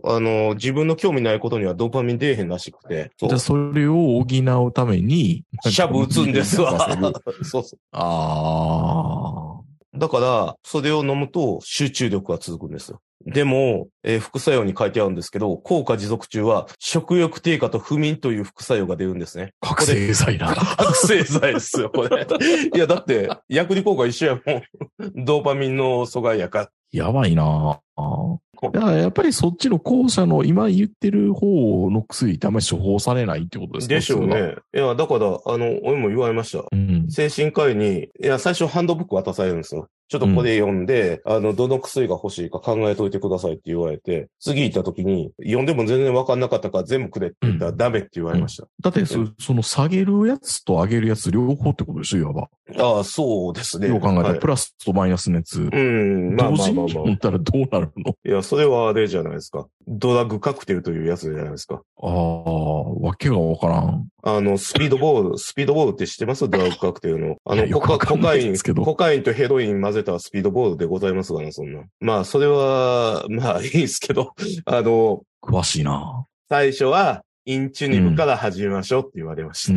自分の興味ないことにはドーパミン出えへんらしくて。 じゃあ、それを補うために、 シャブ打つんですわ。そう。 ああ。 だから、それを飲むと集中力が続くんですよ。でも、副作用に書いてあるんですけど、効果持続中は食欲低下と不眠という副作用が出るんですね。 覚醒剤だ。 覚醒剤ですよ、これ。いや、だって、薬理効果一緒やもん。ドーパミンの阻害やから。 やばいなぁ。だからやっぱりそっちの後者の今言ってる方の薬ってあんまり処方されないってことですか？ でしょうね。いや、だから、俺も言われました。精神科医に、最初ハンドブック渡されるんですよ。ちょっとこれ読んで、どの薬が欲しいか考えといてくださいって言われて、次行った時に、読んでも全然わかんなかったから全部くれって言ったらダメって言われました。 だってその下げるやつと上げるやつ両方ってことでしょ、いわば。 ああ、そうですね。 よう考えたら、プラスとマイナスのやつ。同時に飲んだらどうなるの？ いや、それはあれじゃないですか。ドラッグカクテルというやつじゃないですか。 ああ、わけがわからん。 スピードボールって知ってます？ドラッグカクテルの。コカインとヘロイン混ぜたスピードボールでございますがね、そんな。まあ、それは、まあいいですけど、 詳しいな。 最初は、インチュニブから始めましょうって言われました。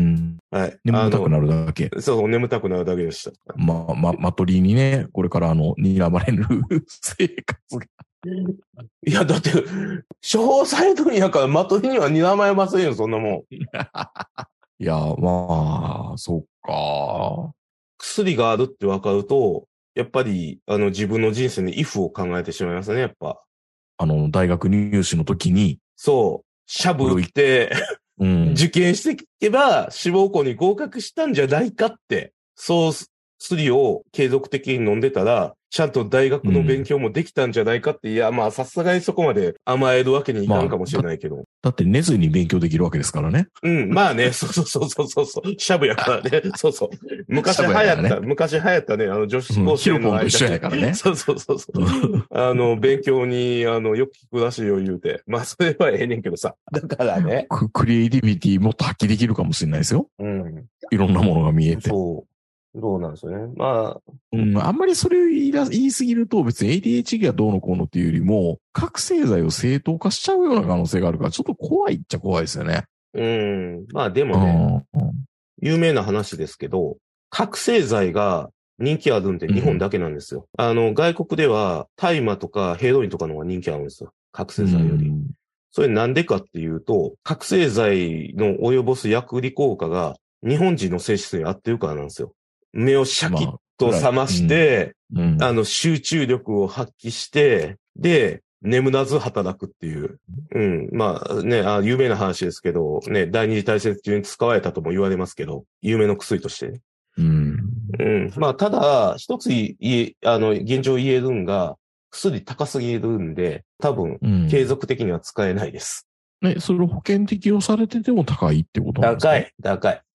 はい。 眠たくなるだけ。 そう、眠たくなるだけでした。 マトリーにね、これから睨まれる生活が。 いや、だって、処方されるんやからマトリーには睨まれませんよ、そんなもん。 いや、まあ、そっか。 薬があるって分かると、やっぱり、自分の人生に if を考えてしまいますね、やっぱ。 大学入試の時に。 そう。シャブ打って、受験していけば、志望校に合格したんじゃないかって、そう、薬を継続的に飲んでたら、ちゃんと大学の勉強もできたんじゃないかって、いや、まあ、さすがにそこまで甘えるわけにいかんかもしれないけど。 だって寝ずに勉強できるわけですからね。 まあね、そう。シャブやからね。そう。昔流行ったね、女子高生の間一緒やからね。 そう。勉強に、よく聞くらしいよ言うて。まあ、それはええねんけどさ。だからね。 クリエイティビティもっと発揮できるかもしれないですよ。いろんなものが見えて。 そうなんですよね。まあ。あんまりそれを言いすぎると別に ADHD がどうのこうのっていうよりも、覚醒剤を正当化しちゃうような可能性があるから、ちょっと怖いっちゃ怖いですよね。 まあでもね、有名な話ですけど、覚醒剤が人気あるんで日本だけなんですよ。外国では大麻とかヘロインとかの方が人気あるんですよ。覚醒剤より。それなんでかっていうと、覚醒剤の及ぼす薬理効果が日本人の性質に合ってるからなんですよ。目をシャキッと覚まして、集中力を発揮して、で、眠らず働くっていう。まあね、有名な話ですけど、ね、第二次大戦中に使われたとも言われますけど、有名な薬として。まあ、ただ、一つ現状言えるんが、薬高すぎるんで、多分、継続的には使えないです。 それ保険適用されてても高いってことなんですか？ 高い。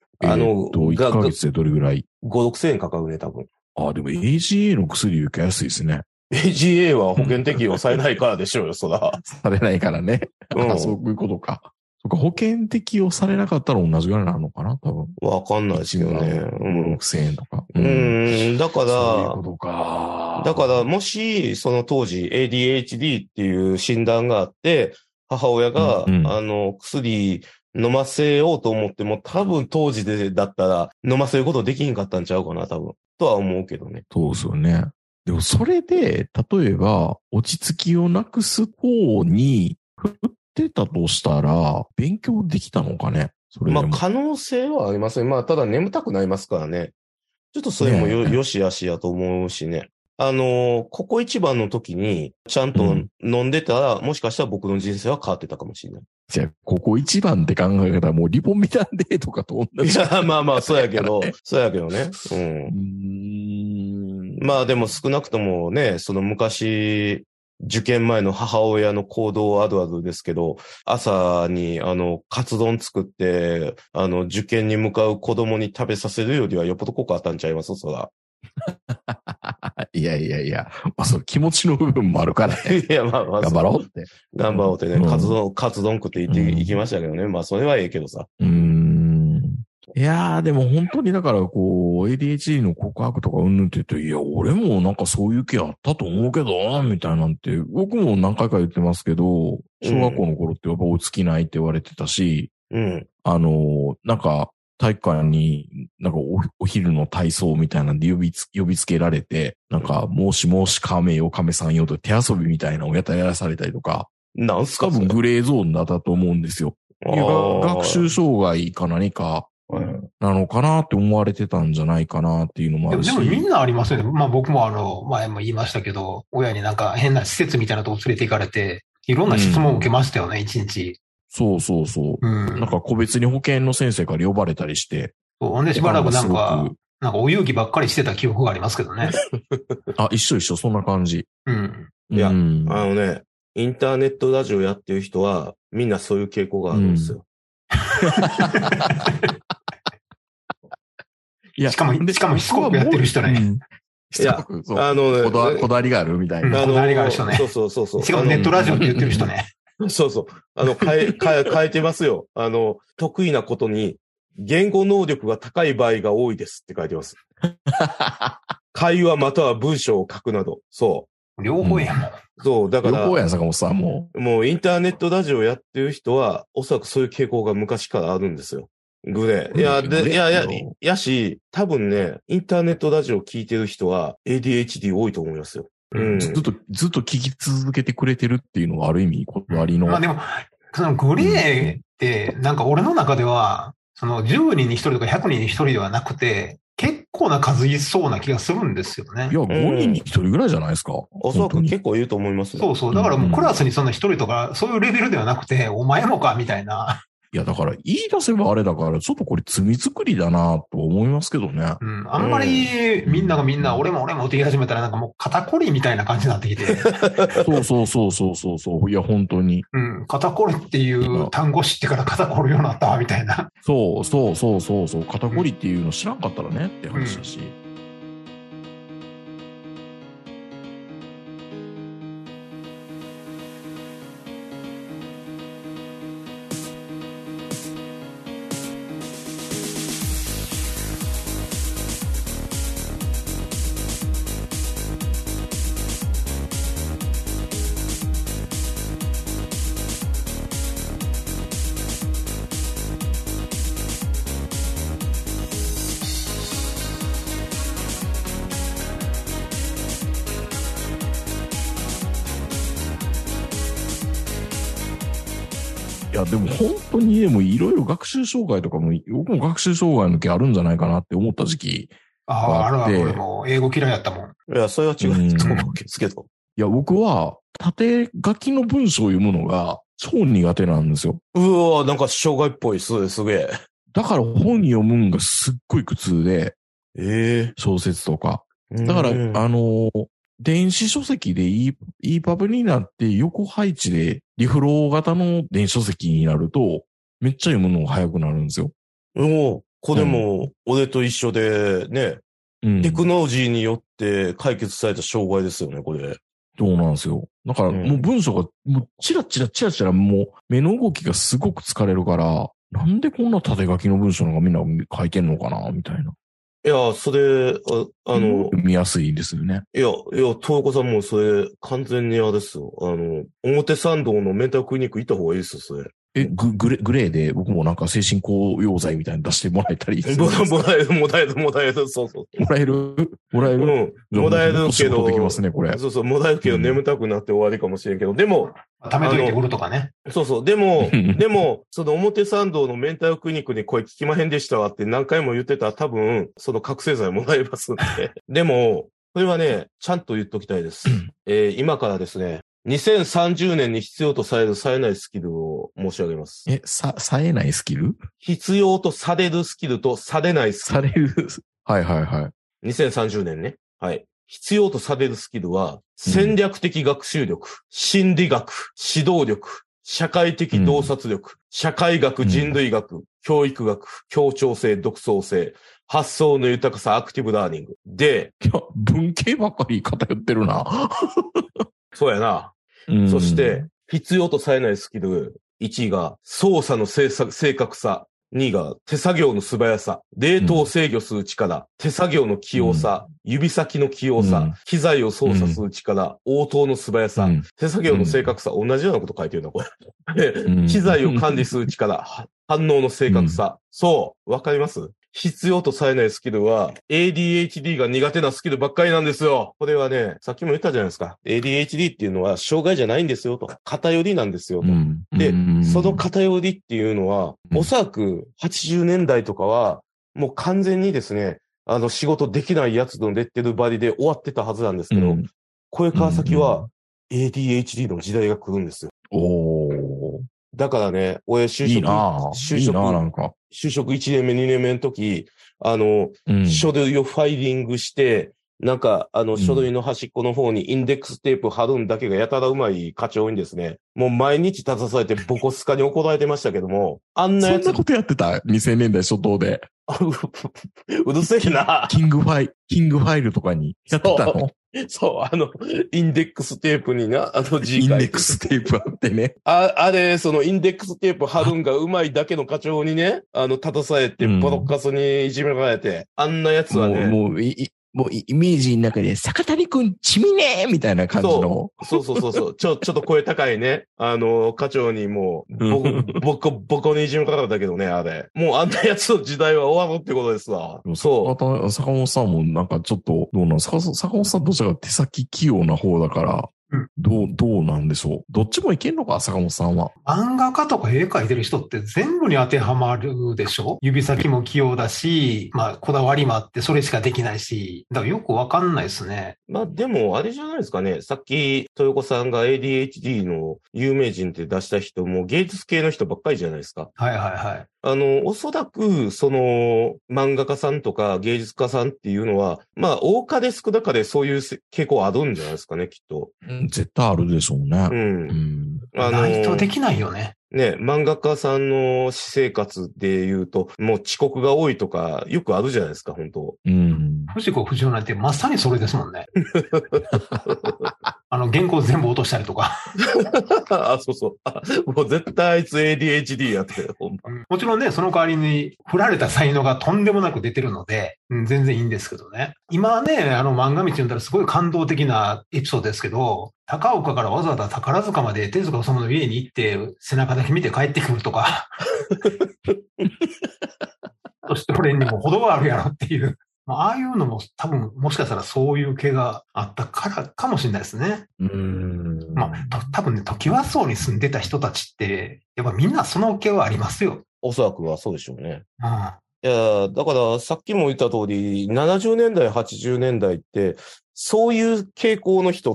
1ヶ月でどれぐらい？ 5、6千円かかるね、多分。 でも AGA の薬よりか安いですね。 AGA は保険適用されないからでしょうよ、そら。 されないからね。そういうことか。そっか、保険適用されなかったら同じぐらいになるのかな、多分。 わかんないですよね。 5、6千円とか。 だから、 そういうことか。 だから、もし、その当時 ADHD っていう診断があって、母親が、薬飲ませようと思っても、多分当時だったら飲ませることできんかったんちゃうかな、多分。とは思うけどね。 そうですよね。でもそれで、例えば、落ち着きをなくす方に振ってたとしたら、勉強できたのかね？それでも。 まあ、可能性はありますね。まあ、ただ眠たくなりますからね。ちょっとそれもよしあしやと思うしね。ここ一番の時に、ちゃんと飲んでたら、もしかしたら僕の人生は変わってたかもしれない。 じゃあ、ここ一番って考え方はもうリボンみたいでとかと同じ。 いや、まあ、そうやけどね。まあでも少なくともね、その昔、受験前の母親の行動あるあるですけど、朝にカツ丼作って、受験に向かう子供に食べさせるよりはよっぽど効果あったんちゃいますそら。 いやいやいや、まあそう気持ちの部分もあるからね。 いや、まあまあ。 頑張ろうって。 頑張ろうってね、 うんカツ丼食って行きましたけどね。まあそれはええけどさ。 いやー、でも本当にだからこう、ADHD の告白とかうんぬんって言って、いや、俺もなんかそういう気あったと思うけど、みたいなんて、僕も何回か言ってますけど、小学校の頃ってやっぱ追いつきないって言われてたし、 うん。 なんか、体育館に、なんかお昼の体操みたいなんで呼びつけられて、なんか、もしもし亀よ亀さんよと手遊びみたいなのをやらされたりとか、 なんすか多分グレーゾーンだったと思うんですよ。学習障害か何か、なのかなって思われてたんじゃないかなっていうのもあるし。 でもみんなありますよね。まあ僕も前も言いましたけど、親になんか変な施設みたいなとこ連れて行かれて、いろんな質問を受けましたよね、一日。 そうそうそう。なんか個別に保健の先生から呼ばれたりして。 ほんでしばらくなんかお遊戯ばっかりしてた記憶がありますけどね。 あ、一緒、そんな感じ。 いや、インターネットラジオやってる人は、みんなそういう傾向があるんですよ。 いや、しかもしつこくやってる人ね。 いや、こだわりがあるみたいな。 こだわりがある人ね。 そう。 しかもネットラジオって言ってる人ね。 そう。変えてますよ。得意なことに、言語能力が高い場合が多いですって書いてます。会話または文章を書くなど。そう。 両方やもん。 そう、だから。 両方やん、坂本さんもうインターネットラジオやってる人は、おそらくそういう傾向が昔からあるんですよ。グレー。やし、多分ね、インターネットラジオ聞いてる人は ADHD 多いと思いますよ。 ずっと聞き続けてくれてるっていうのはある意味、こだわりの。 まあでも、そのグレーって、なんか俺の中では、その10人に1人とか100人に1人ではなくて、結構な数いそうな気がするんですよね。 いや、5人に1人ぐらいじゃないですか。 おそらく結構いると思いますね。そう。だからもうクラスにそんな1人とか、そういうレベルではなくて、お前もか、みたいな。 いや、だから言い出せばあれだから、ちょっとこれ罪作りだなと思いますけどね。 あんまりみんながみんな俺もって言い始めたらなんかもう肩こりみたいな感じになってきて。 そう。いや、本当に。 肩こりっていう単語知ってから肩こるようになったみたいな。 そう。肩こりっていうの知らんかったらねって話だし。いや、でも本当にいろいろ学習障害とかも、僕も学習障害の気あるんじゃないかなって思った時期があって。 俺も英語嫌いやったもん。 いや、それは違うと思うんですけど。 いや、僕は縦書きの文章を読むのが超苦手なんですよ。 なんか障害っぽい、すげえ。 だから本読むんがすっごい苦痛で、小説とか。だから、電子書籍で EPUB になって横配置でリフロー型の電子書籍になるとめっちゃ読むのが早くなるんですよ。 これも俺と一緒でね、テクノロジーによって解決された障害ですよね、これ。 そうなんですよ。だからもう文章がもうチラチラもう目の動きがすごく疲れるから、なんでこんな縦書きの文章のがみんな書いてんのかなみたいな。 いや、それ、 見やすいですよね。 いや、東子さんもそれ、完全にですよ。表参道のメンタルクリニック行った方がいいですよ、それ。 グレーで僕もなんか精神高揚剤みたいに出してもらえたり。 もらえる、そう。 もらえるもらえるけど。 できますね、これ。 そう、もらえるけど眠たくなって終わりかもしれんけど、でも。 貯めといて売るとかね。 そう。でも、その表参道のメンタルクリニックに声聞きまへんでしたわって何回も言ってたら多分、その覚醒剤もらえますんで。でも、これはね、ちゃんと言っときたいです。今からですね、2030年に必要とされる冴えないスキルを申し上げます。 冴えないスキル？ 必要とされるスキルとされないスキル。 される。はい。 2030年ね。はい。必要とされるスキルは、戦略的学習力、心理学、指導力、 社会的洞察力、社会学、人類学、教育学、協調性、独創性、発想の豊かさ、アクティブラーニング。で、 いや、文系ばっかり偏ってるな。 そうやな。そして、必要とされないスキル、1位が操作の正確さ、2位が手作業の素早さ、冷凍制御する力、手作業の器用さ、指先の器用さ、機材を操作する力、応答の素早さ、手作業の正確さ、同じようなこと書いてるな、これ。機材を管理する力、反応の正確さ。そう、わかります？必要とされないスキルは ADHD が苦手なスキルばっかりなんですよ。これはね、さっきも言ったじゃないですか。ADHD っていうのは障害じゃないんですよと。偏りなんですよと。で、その偏りっていうのは、おそらく80年代とかは、もう完全にですね、仕事できないやつのレッテル張りで終わってたはずなんですけど、これから先は ADHD の時代が来るんですよ。だからね、俺就職1年目、2年目の時、書類をファイリングして、なんか、書類の端っこの方にインデックステープ貼るんだけがやたらうまい課長にですね、もう毎日立たされてボコスカに怒られてましたけども、あんなやつ。 そんなことやってた ?2000 年代初頭で。 うるせえな。 キングファイルとかにやってたの？ そう、インデックステープにな、字インデックステープあってね。 あれ、そのインデックステープ貼るんがうまいだけの課長にね、立たされて、ボロッカスにいじめられて、あんなやつはね。 もうイメージの中で、坂谷くん、ちみねーみたいな感じの。 そう。ちょっと声高いね。課長にもう、ボコにいじめかかったけどね、あれ。もうあんなやつの時代は終わるってことですわ。 そう。坂本さんもなんかちょっと、どうなん坂本さんどちらか手先器用な方だから、どうなんでしょう。どっちもいけんのか、坂本さんは。 漫画家とか絵描いてる人って全部に当てはまるでしょ？指先も器用だし、まあ、こだわりもあってそれしかできないし、だからよくわかんないですね。 まあでも、あれじゃないですかね。さっき、豊子さんが ADHD の有名人って出した人も芸術系の人ばっかりじゃないですか。 はい。 おそらく、漫画家さんとか芸術家さんっていうのは、まあ、多かれ少なかれそういう傾向あるんじゃないですかね、きっと。 絶対あるでしょうね。 ないとできないよね。 ね、漫画家さんの私生活で言うと、もう遅刻が多いとか、よくあるじゃないですか、本当。 藤子不二雄なんてまさにそれですもんね。原稿全部落としたりとか。 そう。もう絶対あいつ ADHD やって、ほんま。 もちろんね、その代わりに振られた才能がとんでもなく出てるので、全然いいんですけどね。今ね、漫画道読んだらすごい感動的なエピソードですけど、高岡からわざわざ宝塚まで手塚治虫の家に行って背中だけ見て帰ってくるとか。そして俺にも程があるやろっていう。ああいうのも多分もしかしたらそういう系があったからかもしれないですね。多分ね、トキワ荘に住んでた人たちって、やっぱみんなその系はありますよ。 おそらくはそうでしょうね。いや、だからさっきも言った通り、70年代、80年代って、そういう傾向の人って、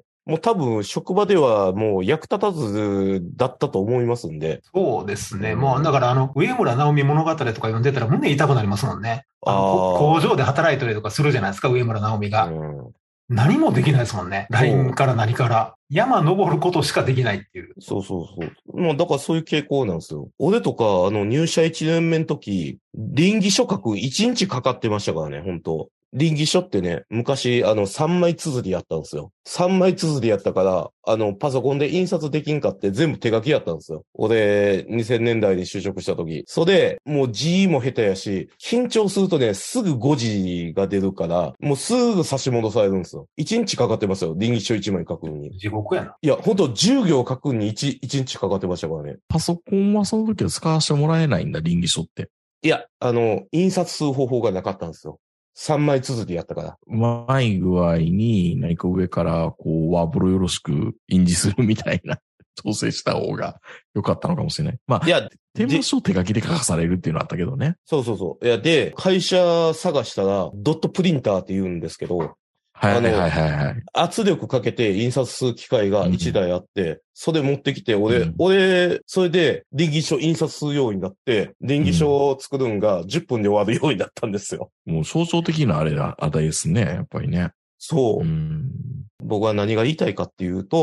もう多分職場ではもう役立たずだったと思いますんで。 そうですね。もうだから上村直美物語とか読んでたら胸痛くなりますもんね。工場で働いたりとかするじゃないですか、上村直美が。何もできないですもんね。LINE から何から。山登ることしかできないっていう。 そう。もうだからそういう傾向なんですよ。俺とか入社1年目の時、稟議書書く1日かかってましたからね、本当。稟議書ってね、昔3枚綴りやったんですよ。3枚綴りやったから、パソコンで印刷できんかって全部手書きやったんですよ。俺、2000年代に就職した時。それで、もう字も下手やし、緊張するとね、すぐ誤字が出るから、もうすぐ差し戻されるんですよ。1日かかってますよ。稟議書1枚書くのに。 地獄やな。 いや、ほんと10行書くのに1日かかってましたからね。 パソコンはその時は使わせてもらえないんだ、稟議書って。 いや、印刷する方法がなかったんですよ。3枚綴りやったから。 うまい具合に何か上からワープロよろしく印字するみたいな調整した方が良かったのかもしれない。まあ、いや、天文書を手書きで書かされるっていうのはあったけどね。 そう。いや、で、会社探したら、ドットプリンターって言うんですけど、 はい。 圧力かけて印刷する機械が1台あって、それ持ってきて、俺、それで、稟議書印刷するようになって、稟議書を作るんが10分で終わるようになったんですよ。 もう象徴的な値ですね、やっぱりね。 そう。僕は何が言いたいかっていうと、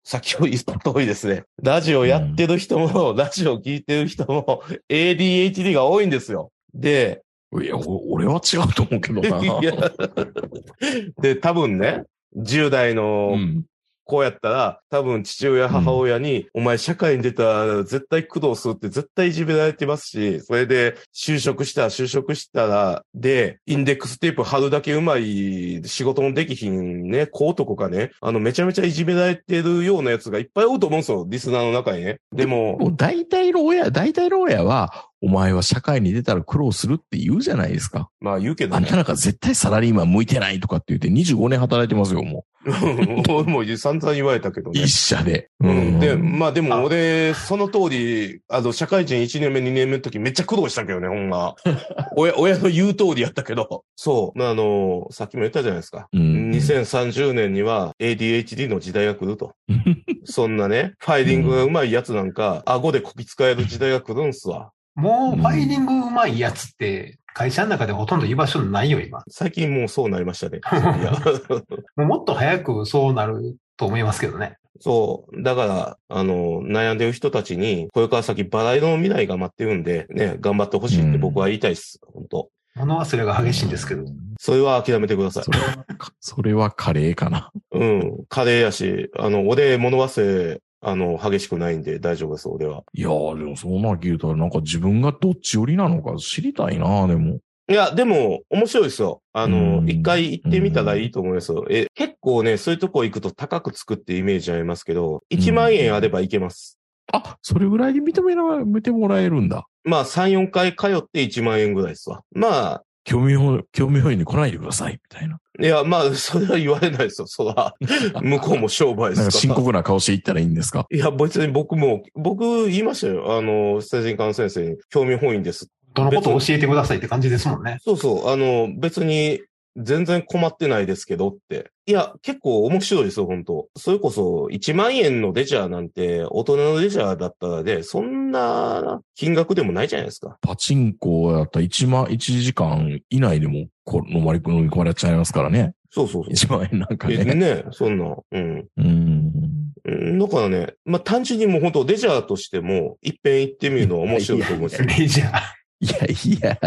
さっきも言った通りですね。ラジオやってる人も、ラジオ聞いてる人も ADHD が多いんですよ。で、 いや、俺は違うと思うけどな。 いやで、多分ね、10代の子やったら、多分父親、母親に、お前社会に出たら絶対苦労するって絶対いじめられてますし、それで就職したら、で、インデックステープ貼るだけうまい仕事もできひんね、子とかね、めちゃめちゃいじめられてるようなやつがいっぱいおると思うんですよ、リスナーの中にね。でも、 大体の親は、お前は社会に出たら苦労するって言うじゃないですか。 まあ言うけどね。 あんたなんか絶対サラリーマン向いてないとかって言って25年働いてますよ、もう。もう散々言われたけどね。 一社で。 で、まあでも俺、その通り、社会人1年目、2年目の時めっちゃ苦労したけどね、ほんま。親の言う通りやったけど。そう。さっきも言ったじゃないですか。2030年には ADHD の時代が来ると。そんなね、ファイリングが上手いやつなんか、顎でこき使える時代が来るんすわ。 もうファイリング上手いやつって、会社の中でほとんど居場所ないよ、今。 最近もうそうなりましたね。 もっと早くそうなると思いますけどね。 そう。だから、悩んでる人たちに、これから先バラ色の未来が待ってるんで、ね、頑張ってほしいって僕は言いたいです。本当。 物忘れが激しいんですけど。 それは諦めてください。 それはカレーかな。 カレーやし、俺物忘れ、激しくないんで大丈夫です、俺は。 いやー、でもそんな聞いたらなんか自分がどっち寄りなのか知りたいな、でも。 いや、でも、面白いですよ。一回行ってみたらいいと思いますよ。結構ね、そういうとこ行くと高くつくってイメージありますけど、1万円あれば行けます。 それぐらいで見てもらえるんだ。 まあ、3、4回通って1万円ぐらいですわ。まあ、 興味本位に来ないでください、みたいな。 いや、まあ、それは言われないですよ。そら、向こうも商売ですから。 なんか深刻な顔して言ったらいいんですか？ いや、別に僕言いましたよ。精神科の先生に興味本位です。 どのことを教えてくださいって感じですもんね。 そうそう。別に全然困ってないですけどって。いや、結構面白いですよ、本当。それこそ1万円のレジャーなんて大人のレジャーだったらね、そんな金額でもないじゃないですか。 パチンコやったら1時間以内でも飲み込まれちゃいますからね。 そう。 1万円なんかね。 ね、そんな。だからね、まあ、単純にもう本当レジャーとしても一遍行ってみるのは面白いと思うんですよ。 レジャー。 いや。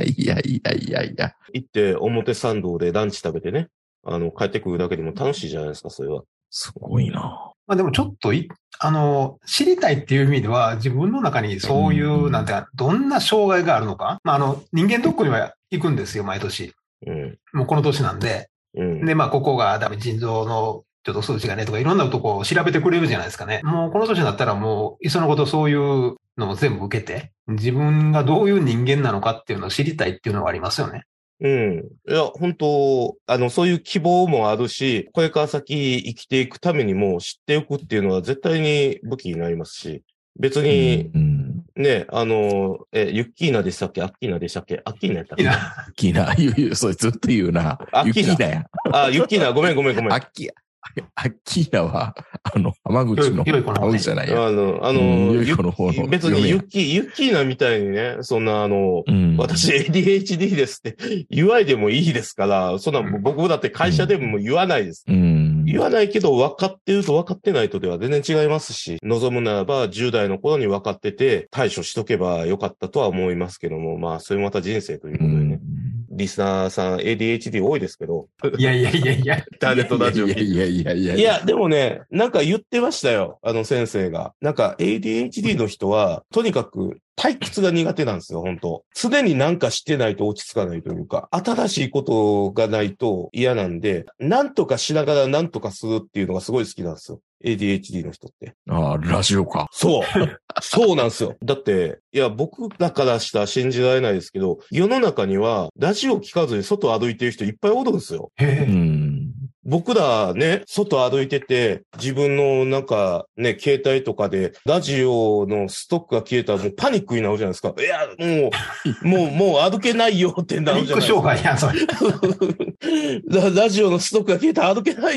行って表参道でランチ食べてね、帰ってくるだけでも楽しいじゃないですか、それは。 すごいな。 まあでもちょっと知りたいっていう意味では、自分の中にそういう、なんて、どんな障害があるのか。まあ人間ドックには行くんですよ、毎年。もうこの年なんで。で、まあここが多分腎臓のちょっと数値がねとかいろんなとこを調べてくれるじゃないですかね。もうこの年になったらもういっそのことそういうのも全部受けて、自分がどういう人間なのかっていうのを知りたいっていうのはありますよね。 いや、本当そういう希望もあるし、これから先生きていくためにも知っておくっていうのは絶対に武器になりますし、別に、ね、ユッキーナでしたっけ？アッキーナでしたっけ？アッキーナやったっけ？ アッキーナ、それずっと言うな。ユッキーナや。 ユッキーナ、ごめん。 アッキーナは、浜口の方じゃないよ。 別にユッキーナみたいにね、そんな私 ADHD ですって言わないでもいいですから、そんな僕だって会社でも言わないです。言わないけど分かってると分かってないとでは全然違いますし、望むならば10代の頃に分かってて対処しとけばよかったとは思いますけども、まあそれもまた人生ということでね。リスナーさん ADHD 多いですけど。 いや。インターネットラジオ。いや、でもね、なんか言ってましたよ。先生が。なんか ADHD の人は、とにかく退屈が苦手なんですよ、本当。常になんかしてないと落ち着かないというか、新しいことがないと嫌なんで、なんとかしながらなんとかするっていうのがすごい好きなんですよ。ADHD の人って。 ラジオか。 そうなんですよ。だって、いや、僕らからしたら信じられないですけど、世の中にはラジオ聞かずに外歩いてる人いっぱいおるんですよ。僕らね、外歩いてて、自分のなんかね、携帯とかで、ラジオのストックが消えたらもうパニックになるじゃないですか。いや、もう歩けないよってなるじゃないですか。 パニック障害や、それ。 ラジオのストックが消えたら歩けないって。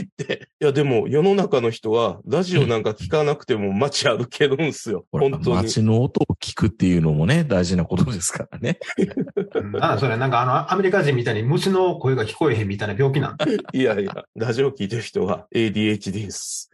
いや、でも世の中の人は、ラジオなんか聞かなくても街歩けるんですよ。本当に。 街の音を聞くっていうのもね、大事なことですからね。 それなんかアメリカ人みたいに虫の声が聞こえへんみたいな病気なんだ。 いや、ラジオ聞いてる人は ADHD です。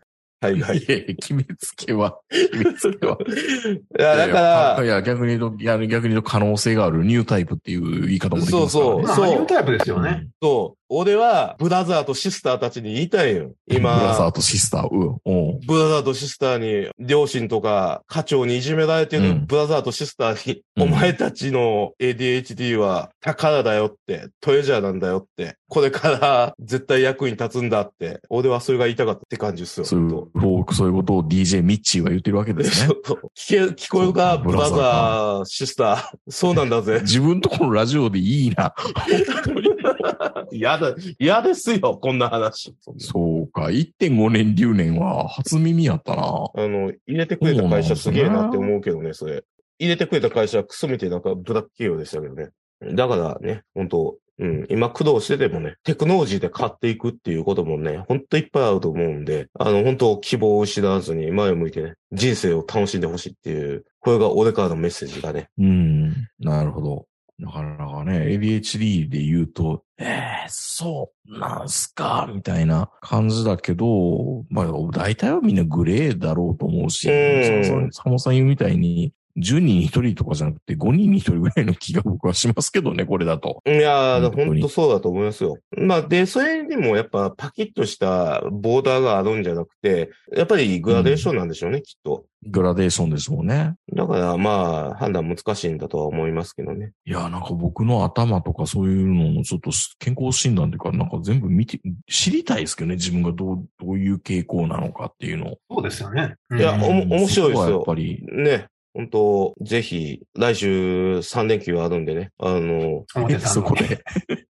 海外。 いやいや、決めつけは。 いや、だから、 いや、逆に言うと可能性があるニュータイプっていう言い方もできますからね。 まあ、ニュータイプですよね。 そう。俺は、ブラザーとシスターたちに言いたいよ。今。 ブラザーとシスター、 ブラザーとシスターに、両親とか、課長にいじめられてるブラザーとシスターに、お前たちの ADHD は宝だよって、トレジャーなんだよって、これから絶対役に立つんだって、俺はそれが言いたかったって感じですよ。 そういうことを DJ ミッチーは言ってるわけですね。 聞こえるか、ブラザー、シスター。そうなんだぜ。 自分とこのラジオでいいな。本当に。 嫌ですよ、こんな話。 そうか、1.5 年留年は初耳やったな。 入れてくれた会社すげえなって思うけどね、それ。入れてくれた会社はクソみてなんかブラック企業でしたけどね。だからね、本当今駆動しててもね、テクノロジーで買っていくっていうこともね、本当いっぱいあると思うんで、本当希望を失わずに前を向いてね、人生を楽しんでほしいっていう、これが俺からのメッセージだね。 なるほど。なかなかね、ADHD で言うと、そうなんすか、みたいな感じだけど、まあ、大体はみんなグレーだろうと思うし、サモさん言うみたいに、10人に1人とかじゃなくて5人に1人ぐらいの気が僕はしますけどね、これだと。 いやー、本当そうだと思いますよ。まあ、で、それにもやっぱパキッとしたボーダーがあるんじゃなくて、やっぱりグラデーションなんでしょうね、きっと。 グラデーションでしょうね。 だからまあ、判断難しいんだとは思いますけどね。 いや、なんか僕の頭とかそういうののちょっと健康診断というか、なんか全部知りたいですけどね、自分がどういう傾向なのかっていうのを。 そうですよね。 いや、面白いですよ。 やっぱり。 ね。本当ぜひ、来週3連休あるんでね。 そこで。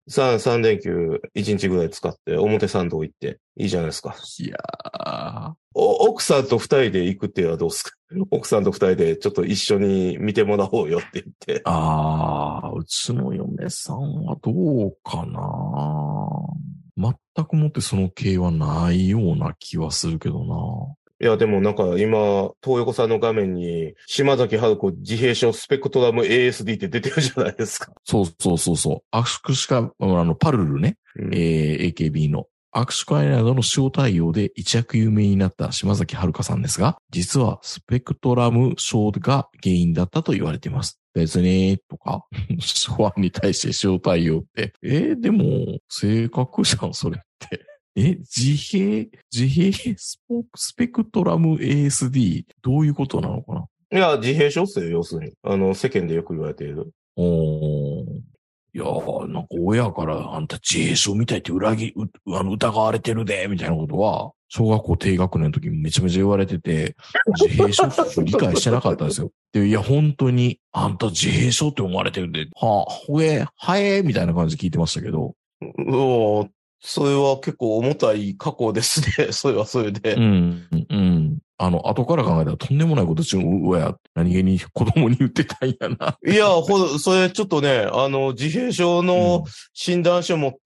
3連休1日ぐらい使って表参道行っていいじゃないですか。 いやー。 奥さんと2人で行くっていうのはどうですか？奥さんと2人でちょっと一緒に見てもらおうよって言って。 うちの嫁さんはどうかな。全くもってその系はないような気はするけどな。 いや、でもなんか今、東横さんの画面に、島崎春子自閉症スペクトラム ASD って出てるじゃないですか。 そう。握手会、パルルね、AKB の握手会などの小対応で一躍有名になった島崎遥さんですが、実はスペクトラム症が原因だったと言われています。別に、とか、ファンに対して小対応って、でも、正確じゃん、それって。自閉スペクトラム ASD、どういうことなのかな？ いや、自閉症っすよ、要するに。世間でよく言われている。 いやー、なんか親からあんた自閉症みたいって疑われてるで、みたいなことは、小学校低学年の時にめちゃめちゃ言われてて、自閉症って理解してなかったんですよ。で、いや、本当に、あんた自閉症って思われてるで、みたいな感じで聞いてましたけど。 それは結構重たい過去ですね。それはそれで。 後から考えたらとんでもないこと親、何気に子供に言ってたんやな。 いや、それちょっとね、自閉症の診断書持って、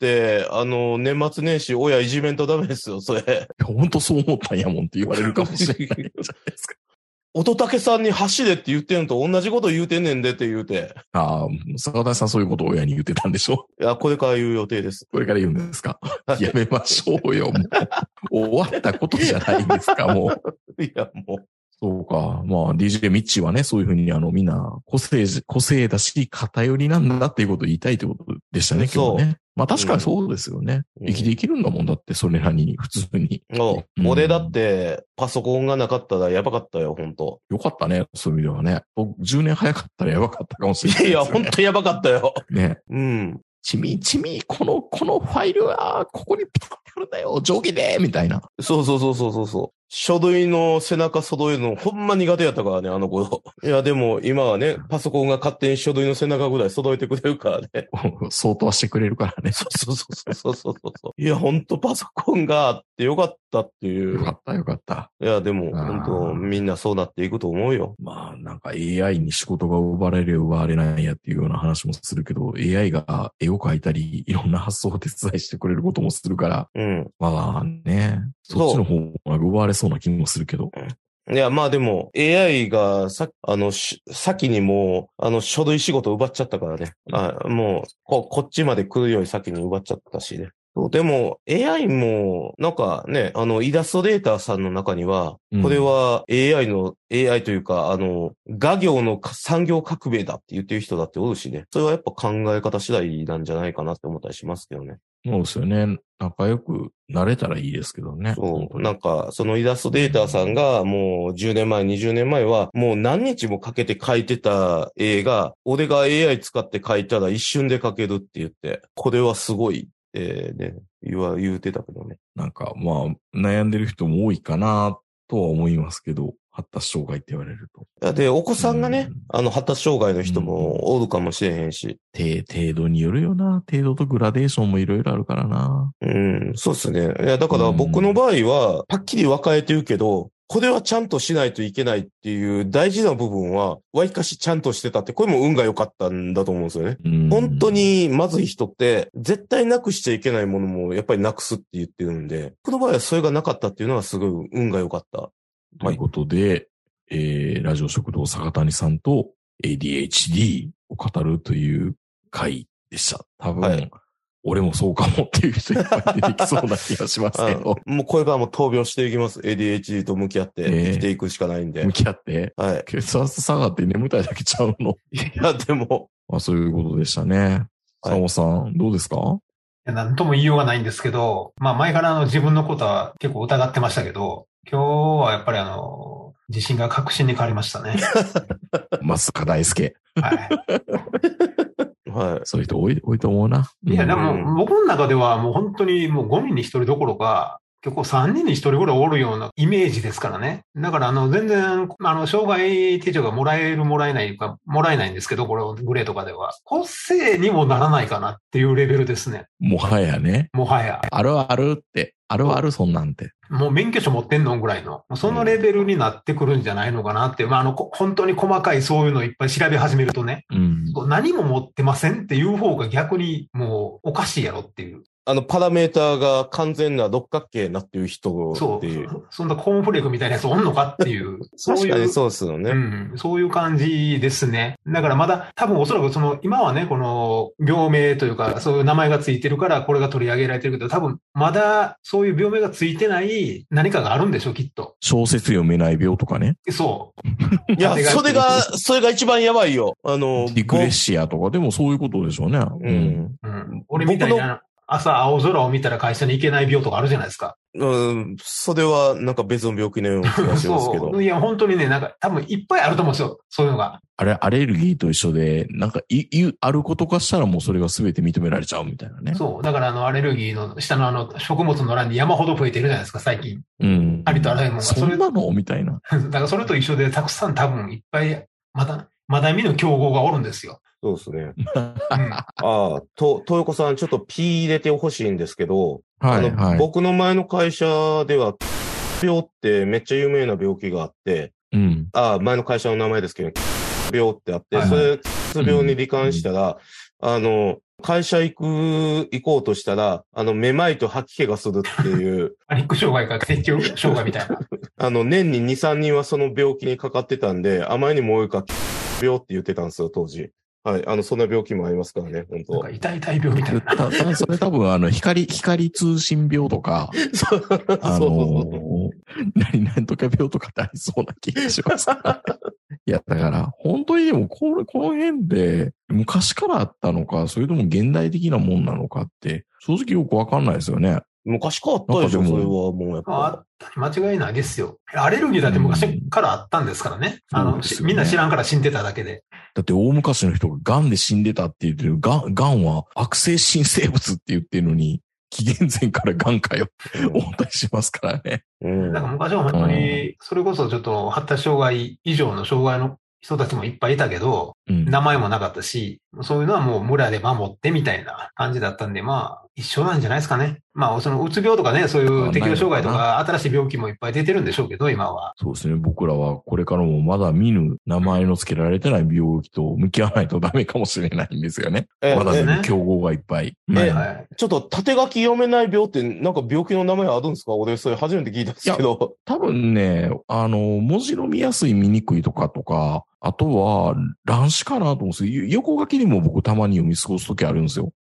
年末年始親いじめんとダメですよ、それ。 本当そう思ったんやもんって言われるかもしれないじゃないですか。 乙武さんに走れって言ってんのと同じこと言うてんねんでって言うて。 坂田さんそういうことを親に言ってたんでしょ？ いや、これから言う予定です。 これから言うんですか？やめましょうよ、もう。終わったことじゃないですか、もう。 いや、もう。 そうか。まあ、DJ ミッチーはね、そういうふうにみんな個性だし、偏りなんだっていうことを言いたいってことでしたね、今日ね。まあ確かにそうですよね。生きていけるんだもんだって、それなりに、普通に。 俺だって、パソコンがなかったらやばかったよ、ほんと。 よかったね、そういう意味ではね。僕、10年早かったらやばかったかもしれないですよね。 いや、ほんとやばかったよ。 ね。 ちみ、 このファイルは、ここにピタッとあるんだよ、定規でみたいな。 そう。書類の背中揃えるのほんま苦手やったからね、あの頃。いや、でも今はね、パソコンが勝手に書類の背中ぐらい揃えてくれるからね。 相当はしてくれるからね。 そう。いや、ほんとパソコンがあってよかったっていう。 よかった。 いや、でも、ほんとみんなそうなっていくと思うよ。 まあ、なんか AI に仕事が奪われるよ奪われないやっていうような話もするけど、AI が絵を描いたり、いろんな発想を手伝いしてくれることもするから。まあね、そっちの方が奪われそうな気もするけど。 いや、まあでも、AI が先にもう、書類仕事奪っちゃったからね。もう、こっちまで来るより先に奪っちゃったしね。 でも AI もなんかね、イラストレーターさんの中には、これは AI というか、画業の産業革命だって言ってる人だっておるしね。それはやっぱ考え方次第なんじゃないかなって思ったりしますけどね。 そうですよね。仲良くなれたらいいですけどね。 そう。なんか、そのイラストレーターさんがもう10年前、20年前はもう何日もかけて描いてた絵が、俺が AI 使って描いたら一瞬で描けるって言って、これはすごいね、言うてたけどね。 なんか、まあ、悩んでる人も多いかなとは思いますけど、発達障害って言われると。 で、お子さんがね、発達障害の人もおるかもしれへんし。 程度によるよな。程度とグラデーションもいろいろあるからな。 そうですね。いや、だから僕の場合は、はっきり分かれてるけど、これはちゃんとしないといけないっていう大事な部分は、わりかしちゃんとしてたって、これも運が良かったんだと思うんですよね。本当にまずい人って、絶対なくしちゃいけないものもやっぱりなくすって言ってるんで、この場合はそれがなかったっていうのはすごい運が良かった。 ということで、ラジオ食堂坂谷さんと ADHD を語るという回でした。多分、俺もそうかもっていう人いっぱい出てきそうな気がしますけど。 もうこれからも闘病していきます。ADHD と向き合って生きていくしかないんで。 向き合って。はい。血圧下がって眠たいだけちゃうの。 いや、でも。 まあそういうことでしたね。佐野さん、どうですか？ いや、なんとも言いようがないんですけど、まあ前から自分のことは結構疑ってましたけど、今日はやっぱり自信が確信に変わりましたね。 松坂大輔。 はい。 はい。そういう人多いと思うな。 いや、でも、僕の中ではもう本当にもう5人に1人どころか、結構3人に1人ぐらいおるようなイメージですからね。だから全然、障害手帳がもらえないか、もらえないんですけど、これをグレーとかでは。個性にもならないかなっていうレベルですね。 もはやね。 もはや。 あるあるって。あるあるそんなんて。 もう免許証持ってんのぐらいの。そのレベルになってくるんじゃないのかなって。本当に細かいそういうのをいっぱい調べ始めるとね。何も持ってませんっていう方が逆にもうおかしいやろっていう。 パラメーターが完全な六角形なっていう人っていう。 そう。そんなコーンフレークみたいなやつおんのかっていう。 確かにそうですよね。 そういう感じですね。だからまだ多分おそらく今はね、この病名というか、そういう名前がついてるからこれが取り上げられてるけど、多分まだそういう病名がついてない何かがあるんでしょう、きっと。 小説読めない病とかね。 そう。 いや、それが一番やばいよ。 リクレッシアとかでもそういうことでしょうね。 俺みたいな。朝青空を見たら会社に行けない病とかあるじゃないですか。 それはなんか別の病気のような気がしますけど。 そう。いや、本当にね、なんか多分いっぱいあると思うんですよ。そういうのが。 アレルギーと一緒で、なんかあることかしたらもうそれが全て認められちゃうみたいなね。 そう。だからアレルギーの下の食物の欄に山ほど増えてるじゃないですか、最近。ありとあらゆるものが。 そんなのみたいな。 だからそれと一緒でたくさん多分いっぱい、まだ見ぬ競合がおるんですよ。 そうですね。豊子さん、ちょっと P 入れてほしいんですけど、僕の前の会社では、病ってめっちゃ有名な病気があって、前の会社の名前ですけど、病ってあって、それ、病に罹患したら、会社行こうとしたら、めまいと吐き気がするっていう。 パニック障害か、血中障害みたいな。 年に2、3人はその病気にかかってたんで、あまりにも多いから、病って言ってたんですよ、当時。はい。そんな病気もありますからね、本当。 なんか痛い病みたいな。 それ多分、光通信病とか、なんとか病とかってありそうな気がします。いや、だから、本当にでも、この辺で、昔からあったのか、それとも現代的なもんなのかって、正直よくわかんないですよね。 昔からあったでしょ、それはもうやっぱ。 間違いないですよ。アレルギーだって昔からあったんですからね。みんな知らんから死んでただけで。 だって大昔の人が癌で死んでたって言ってる、癌は悪性新生物って言ってるのに、紀元前から癌かよって思ったりしますからね。 だから昔は本当に、それこそちょっと発達障害以上の障害の人たちもいっぱいいたけど、名前もなかったし、そういうのはもう村で守ってみたいな感じだったんで、一緒なんじゃないですかね。そのうつ病とかね、そういう適応障害とか新しい病気もいっぱい出てるんでしょうけど、今は。 そうですね。僕らはこれからもまだ見ぬ名前の付けられてない病気と向き合わないとダメかもしれないんですよね。まだ見ぬ競合がいっぱい。 ちょっと縦書き読めない病ってなんか病気の名前あるんですか？俺それ初めて聞いたんですけど。 多分ね、文字の見やすい見にくいとか、あとは乱視かなと思うんですよ。横書きにも僕たまに読み過ごすときあるんですよ。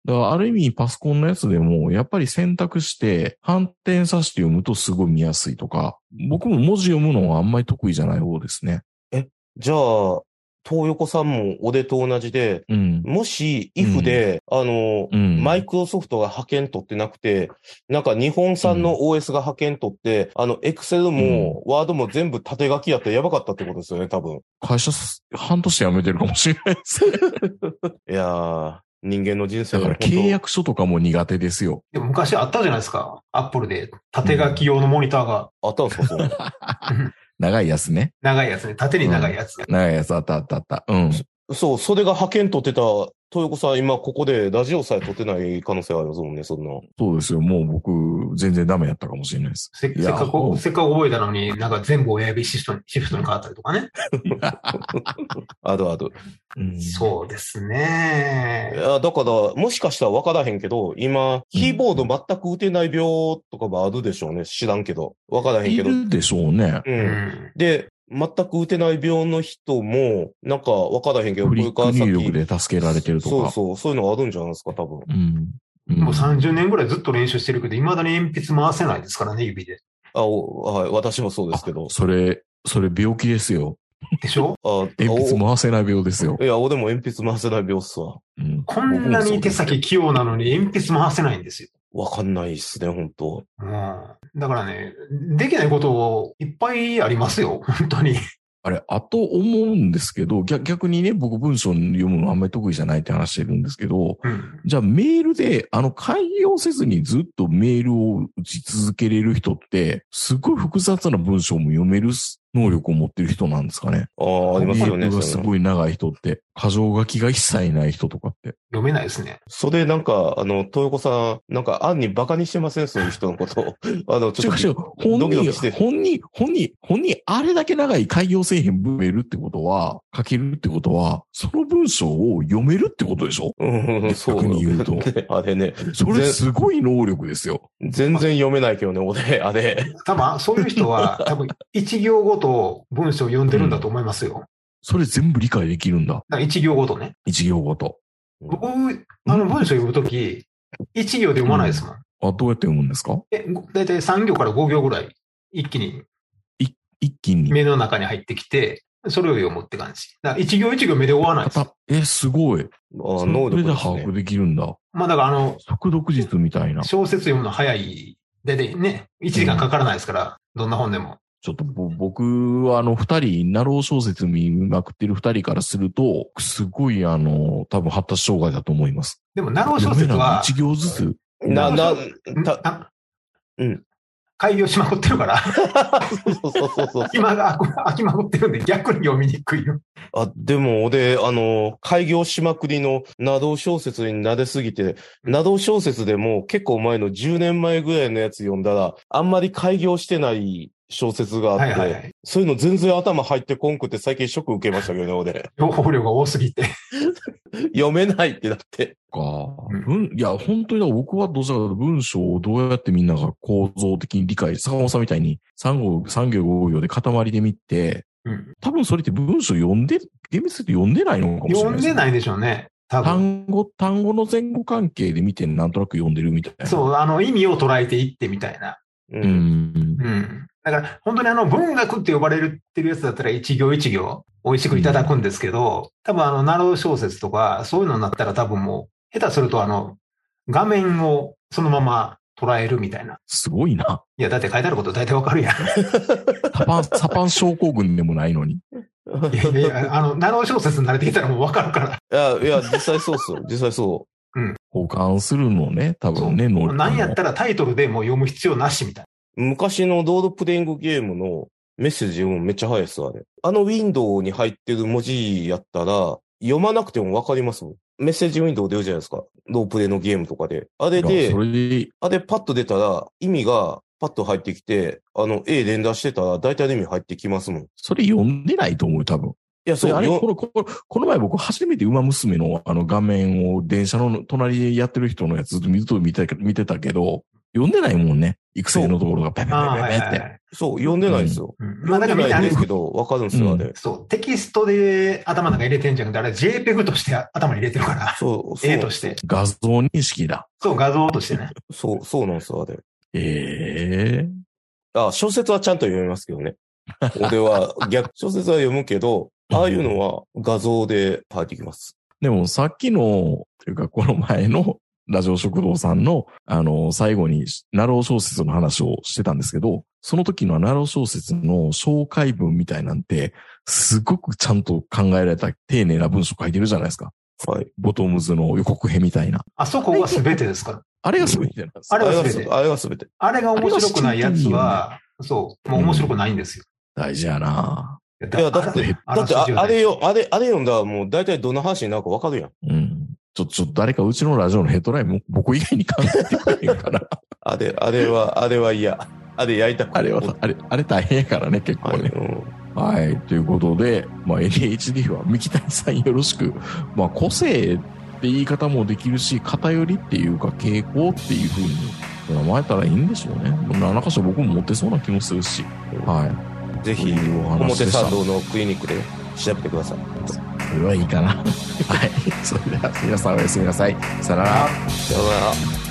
だからある意味パソコンのやつでも、やっぱり選択して反転させて読むとすごい見やすいとか、僕も文字読むのはあんまり得意じゃない方ですね。 じゃあ、東横さんも俺と同じで、 うん。 もし、if で、マイクロソフトが派遣取ってなくて、なんか日本産の OS が派遣取って、Excel も、ワードも全部縦書きやってやばかったってことですよね、多分。 会社半年辞めてるかもしれないですね。 いやー、人間の人生だから契約書とかも苦手ですよ。 でも昔あったじゃないですか。アップルで縦書き用のモニターが。 あったんですか、それ。 長いやつね。 長いやつね。縦に長いやつ。 長いやつあった。うん。 そう、それが派遣取ってた、東横さん今ここでラジオさえ取ってない可能性ありますもんね、そんな。 そうですよ。もう僕、全然ダメやったかもしれないです。 せっかく覚えたのに、なんか全部親指シフトに変わったりとかね。 ある。 そうですね。 いや、だから、もしかしたら分からへんけど、今、キーボード全く打てない病とかもあるでしょうね。知らんけど。分からへんけど。 いるでしょうね。 で、全く打てない病の人も、なんか分からへんけど、 クリック入力で助けられてるとか。 そういうのあるんじゃないですか、多分。 もう30年ぐらいずっと練習してるけど、未だに鉛筆回せないですからね、指で。 はい、私もそうですけど。 それ病気ですよ。 でしょ？ 鉛筆回せない病ですよ。 いや、俺も鉛筆回せない病っすわ。 こんなに手先器用なのに鉛筆回せないんですよ。 わかんないっすね、本当。 だからね、できないこといっぱいありますよ、本当に。 あれ、あと思うんですけど、逆にね、僕文章読むのあんまり得意じゃないって話してるんですけど、じゃあメールで、開業せずにずっとメールを打ち続けれる人って、すごい複雑な文章も読める能力を持ってる人なんですかね。 ありますよね。 メールがすごい長い人って、箇条書きが一切ない人とかって。 読めないですね。 それなんか、東横さん、なんか案にバカにしてません？そういう人のことを。ちょっとドキドキして。本人、あれだけ長い開業せえへん文メールってことは、書けるってことは、その文章を読めるってことでしょ？そう。 逆に言うと。 あれね。 それすごい能力ですよ。 全然読めないけどね、俺、あれ。 多分、そういう人は、一行ごと文章を読んでるんだと思いますよ。 それ全部理解できるんだ。 一行ごとね。 一行ごと。 僕、文章読むとき、一行で読まないですもん。 どうやって読むんですか？ だいたい3行から5行ぐらい、一気に目の中に入ってきて、それを読むって感じ。だから一行一行目で終わらないです。 すごい。それで把握できるんだ。 まあだから速読術みたいな。 小説読むの早い。でね、1時間かからないですから、どんな本でも。 ちょっと僕は二人、ナロー小説見まくってる二人からすると、すごい多分発達障害だと思います。 でもナロー小説は、 一行ずつ。 開業しまくってるから。 そう。 今が飽きまくってるんで逆に読みにくいよ。 でも俺、開業しまくりのナロー小説に慣れすぎて、ナロー小説でも結構前の10年前ぐらいのやつ読んだら、あんまり開業してない小説があって、そういうの全然頭入ってこんくて最近ショック受けましたけどね、俺。 情報量が多すぎて。 読めないってだって。 いや、本当に僕はどうしたかというと文章をどうやってみんなが構造的に理解、坂本さんみたいに3行5行で塊で見て、多分それって文章厳密に読んでないのかもしれない、 読んでないでしょうね。 単語の前後関係で見てなんとなく読んでるみたいな。 そう、意味を捉えていってみたいな。だから本当に文学って呼ばれてるやつだったら一行一行美味しくいただくんですけど、多分ナロー小説とかそういうのになったら多分もう下手すると画面をそのまま捉えるみたいな。 すごいな。 いや、だって書いてあること大体わかるやん。 サパン症候群でもないのに。 いや、ナロー小説に慣れてきたらもうわかるから。 いや、実際そうっすよ。実際そう。 保管するのね、多分ね、 何やったらタイトルでもう読む必要なしみたいな。 昔のロードプレイングゲームのメッセージもめっちゃ早いっす、あれ。ウィンドウに入ってる文字やったら、読まなくてもわかりますもん。メッセージウィンドウ出るじゃないですか。ロープレイのゲームとかで。あれでパッと出たら、意味がパッと入ってきて、A 連打してたら、大体の意味入ってきますもん。 それ読んでないと思う、多分。いや、この前僕初めて馬娘の画面を電車の隣でやってる人のやつずっと見てたけど、 読んでないもんね。育成のところがペペペペペって。 そう、読んでないんですよ。 まあだからみんなですけど、わかるんですよ、あれ。 そう、テキストで頭の中入れてんじゃなくて、あれ JPEG として頭に入れてるから。そう。絵として。 画像認識だ。 そう、画像としてね。 そうなんですよ、あれ。小説はちゃんと読みますけどね。俺は、小説は読むけど、ああいうのは画像で入ってきます。 でもさっきの、というかこの前のラジオ食堂さんの、最後にナロー小説の話をしてたんですけど、その時のナロー小説の紹介文みたいなんて、すごくちゃんと考えられた丁寧な文章書いてるじゃないですか。 はい。 ボトムズの予告編みたいな。 あそこが全てですか？ あれが全てなんです。 あれが全て。 あれが全て。 あれが面白くないやつは、そう、もう面白くないんですよ。 大事やな。 いや、だってあれ読んだらもう大体どんな話になるかわかるやん。 うん。ちょっと誰かうちのラジオのヘッドラインも僕以外に考えてくれへんから。 あれは嫌。あれやりたくない。 あれ大変やからね、結構ね。はい。ということで、NHD は三木谷さんよろしく。個性って言い方もできるし、偏りっていうか傾向っていう風に名前たらいいんでしょうね。何かしら僕も持ってそうな気もするし。はい。 ぜひ、表参道のクリニックで調べてください。 それはいいかな。はい。それでは皆さんおやすみなさい。さよなら。 さよなら。